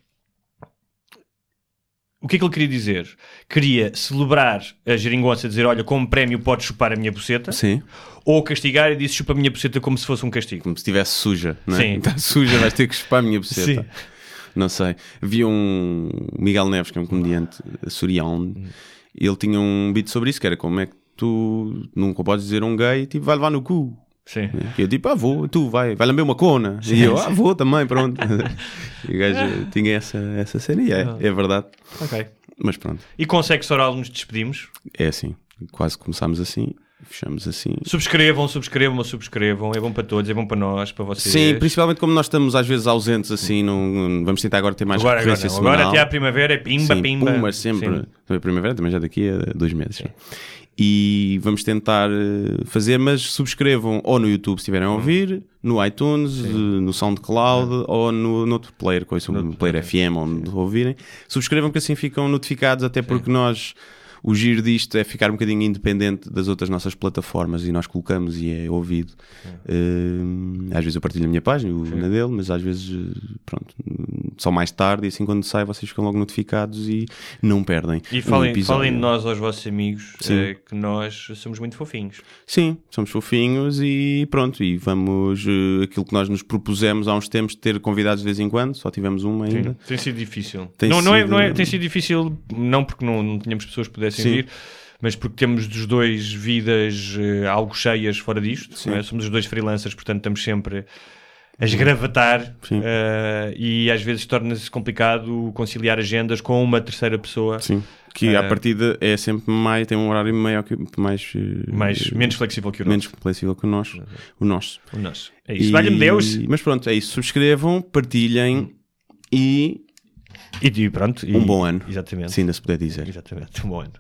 O que é que ele queria dizer? Queria celebrar a geringonça, dizer, olha, como prémio podes chupar a minha buceta. Sim. Ou castigar e disse, chupa a minha buceta como se fosse um castigo. Como se estivesse suja, não é? Sim. Está suja, vais ter que chupar a minha buceta. Sim. Não sei. Havia um Miguel Neves, que é um comediante açoriano, ele tinha um beat sobre isso, que era como é que tu nunca podes dizer a um gay, tipo, vai levar no cu. Sim. Que eu tipo, vou, tu vai lamber uma cona. Sim, e eu, vou também, pronto. E o gajo tinha essa cena e é verdade. Ok. Mas pronto. E com sexo oral nos despedimos? É assim, quase começámos assim, fechamos assim. Subscrevam, é bom para todos, é bom para nós, para vocês. Sim, principalmente como nós estamos às vezes ausentes assim, não vamos tentar agora ter mais referência semanal. Agora até à primavera é pimba. Mas sempre. A primavera também já daqui a 2 meses. Sim. E vamos tentar fazer, mas subscrevam ou no YouTube se estiverem a ouvir, no iTunes, no SoundCloud ou no outro player, no Player FM, onde ouvirem. Subscrevam que assim ficam notificados, até porque nós... O giro disto é ficar um bocadinho independente das outras nossas plataformas e nós colocamos e é ouvido. Às vezes eu partilho a minha página, na dele, mas às vezes, pronto, só mais tarde e assim quando sai vocês ficam logo notificados e não perdem. E falem de nós aos vossos amigos, que nós somos muito fofinhos. Sim, somos fofinhos e pronto, e vamos, aquilo que nós nos propusemos há uns tempos de ter convidados de vez em quando, só tivemos uma ainda. Sim, tem sido difícil. Tem sido difícil, não porque não tínhamos pessoas que pudessem vir, mas porque temos dos dois vidas algo cheias fora disto, não é? Somos os dois freelancers, portanto estamos sempre a esgravatar e às vezes torna-se complicado conciliar agendas com uma terceira pessoa. Sim, que à partida é sempre mais, tem um horário menos flexível que o nosso. Menos flexível que o nosso. O nosso. É isso, valha-me Deus. Mas pronto, é isso, subscrevam, partilhem e pronto. Um bom ano. Exatamente. Se ainda se puder dizer. Exatamente, um bom ano.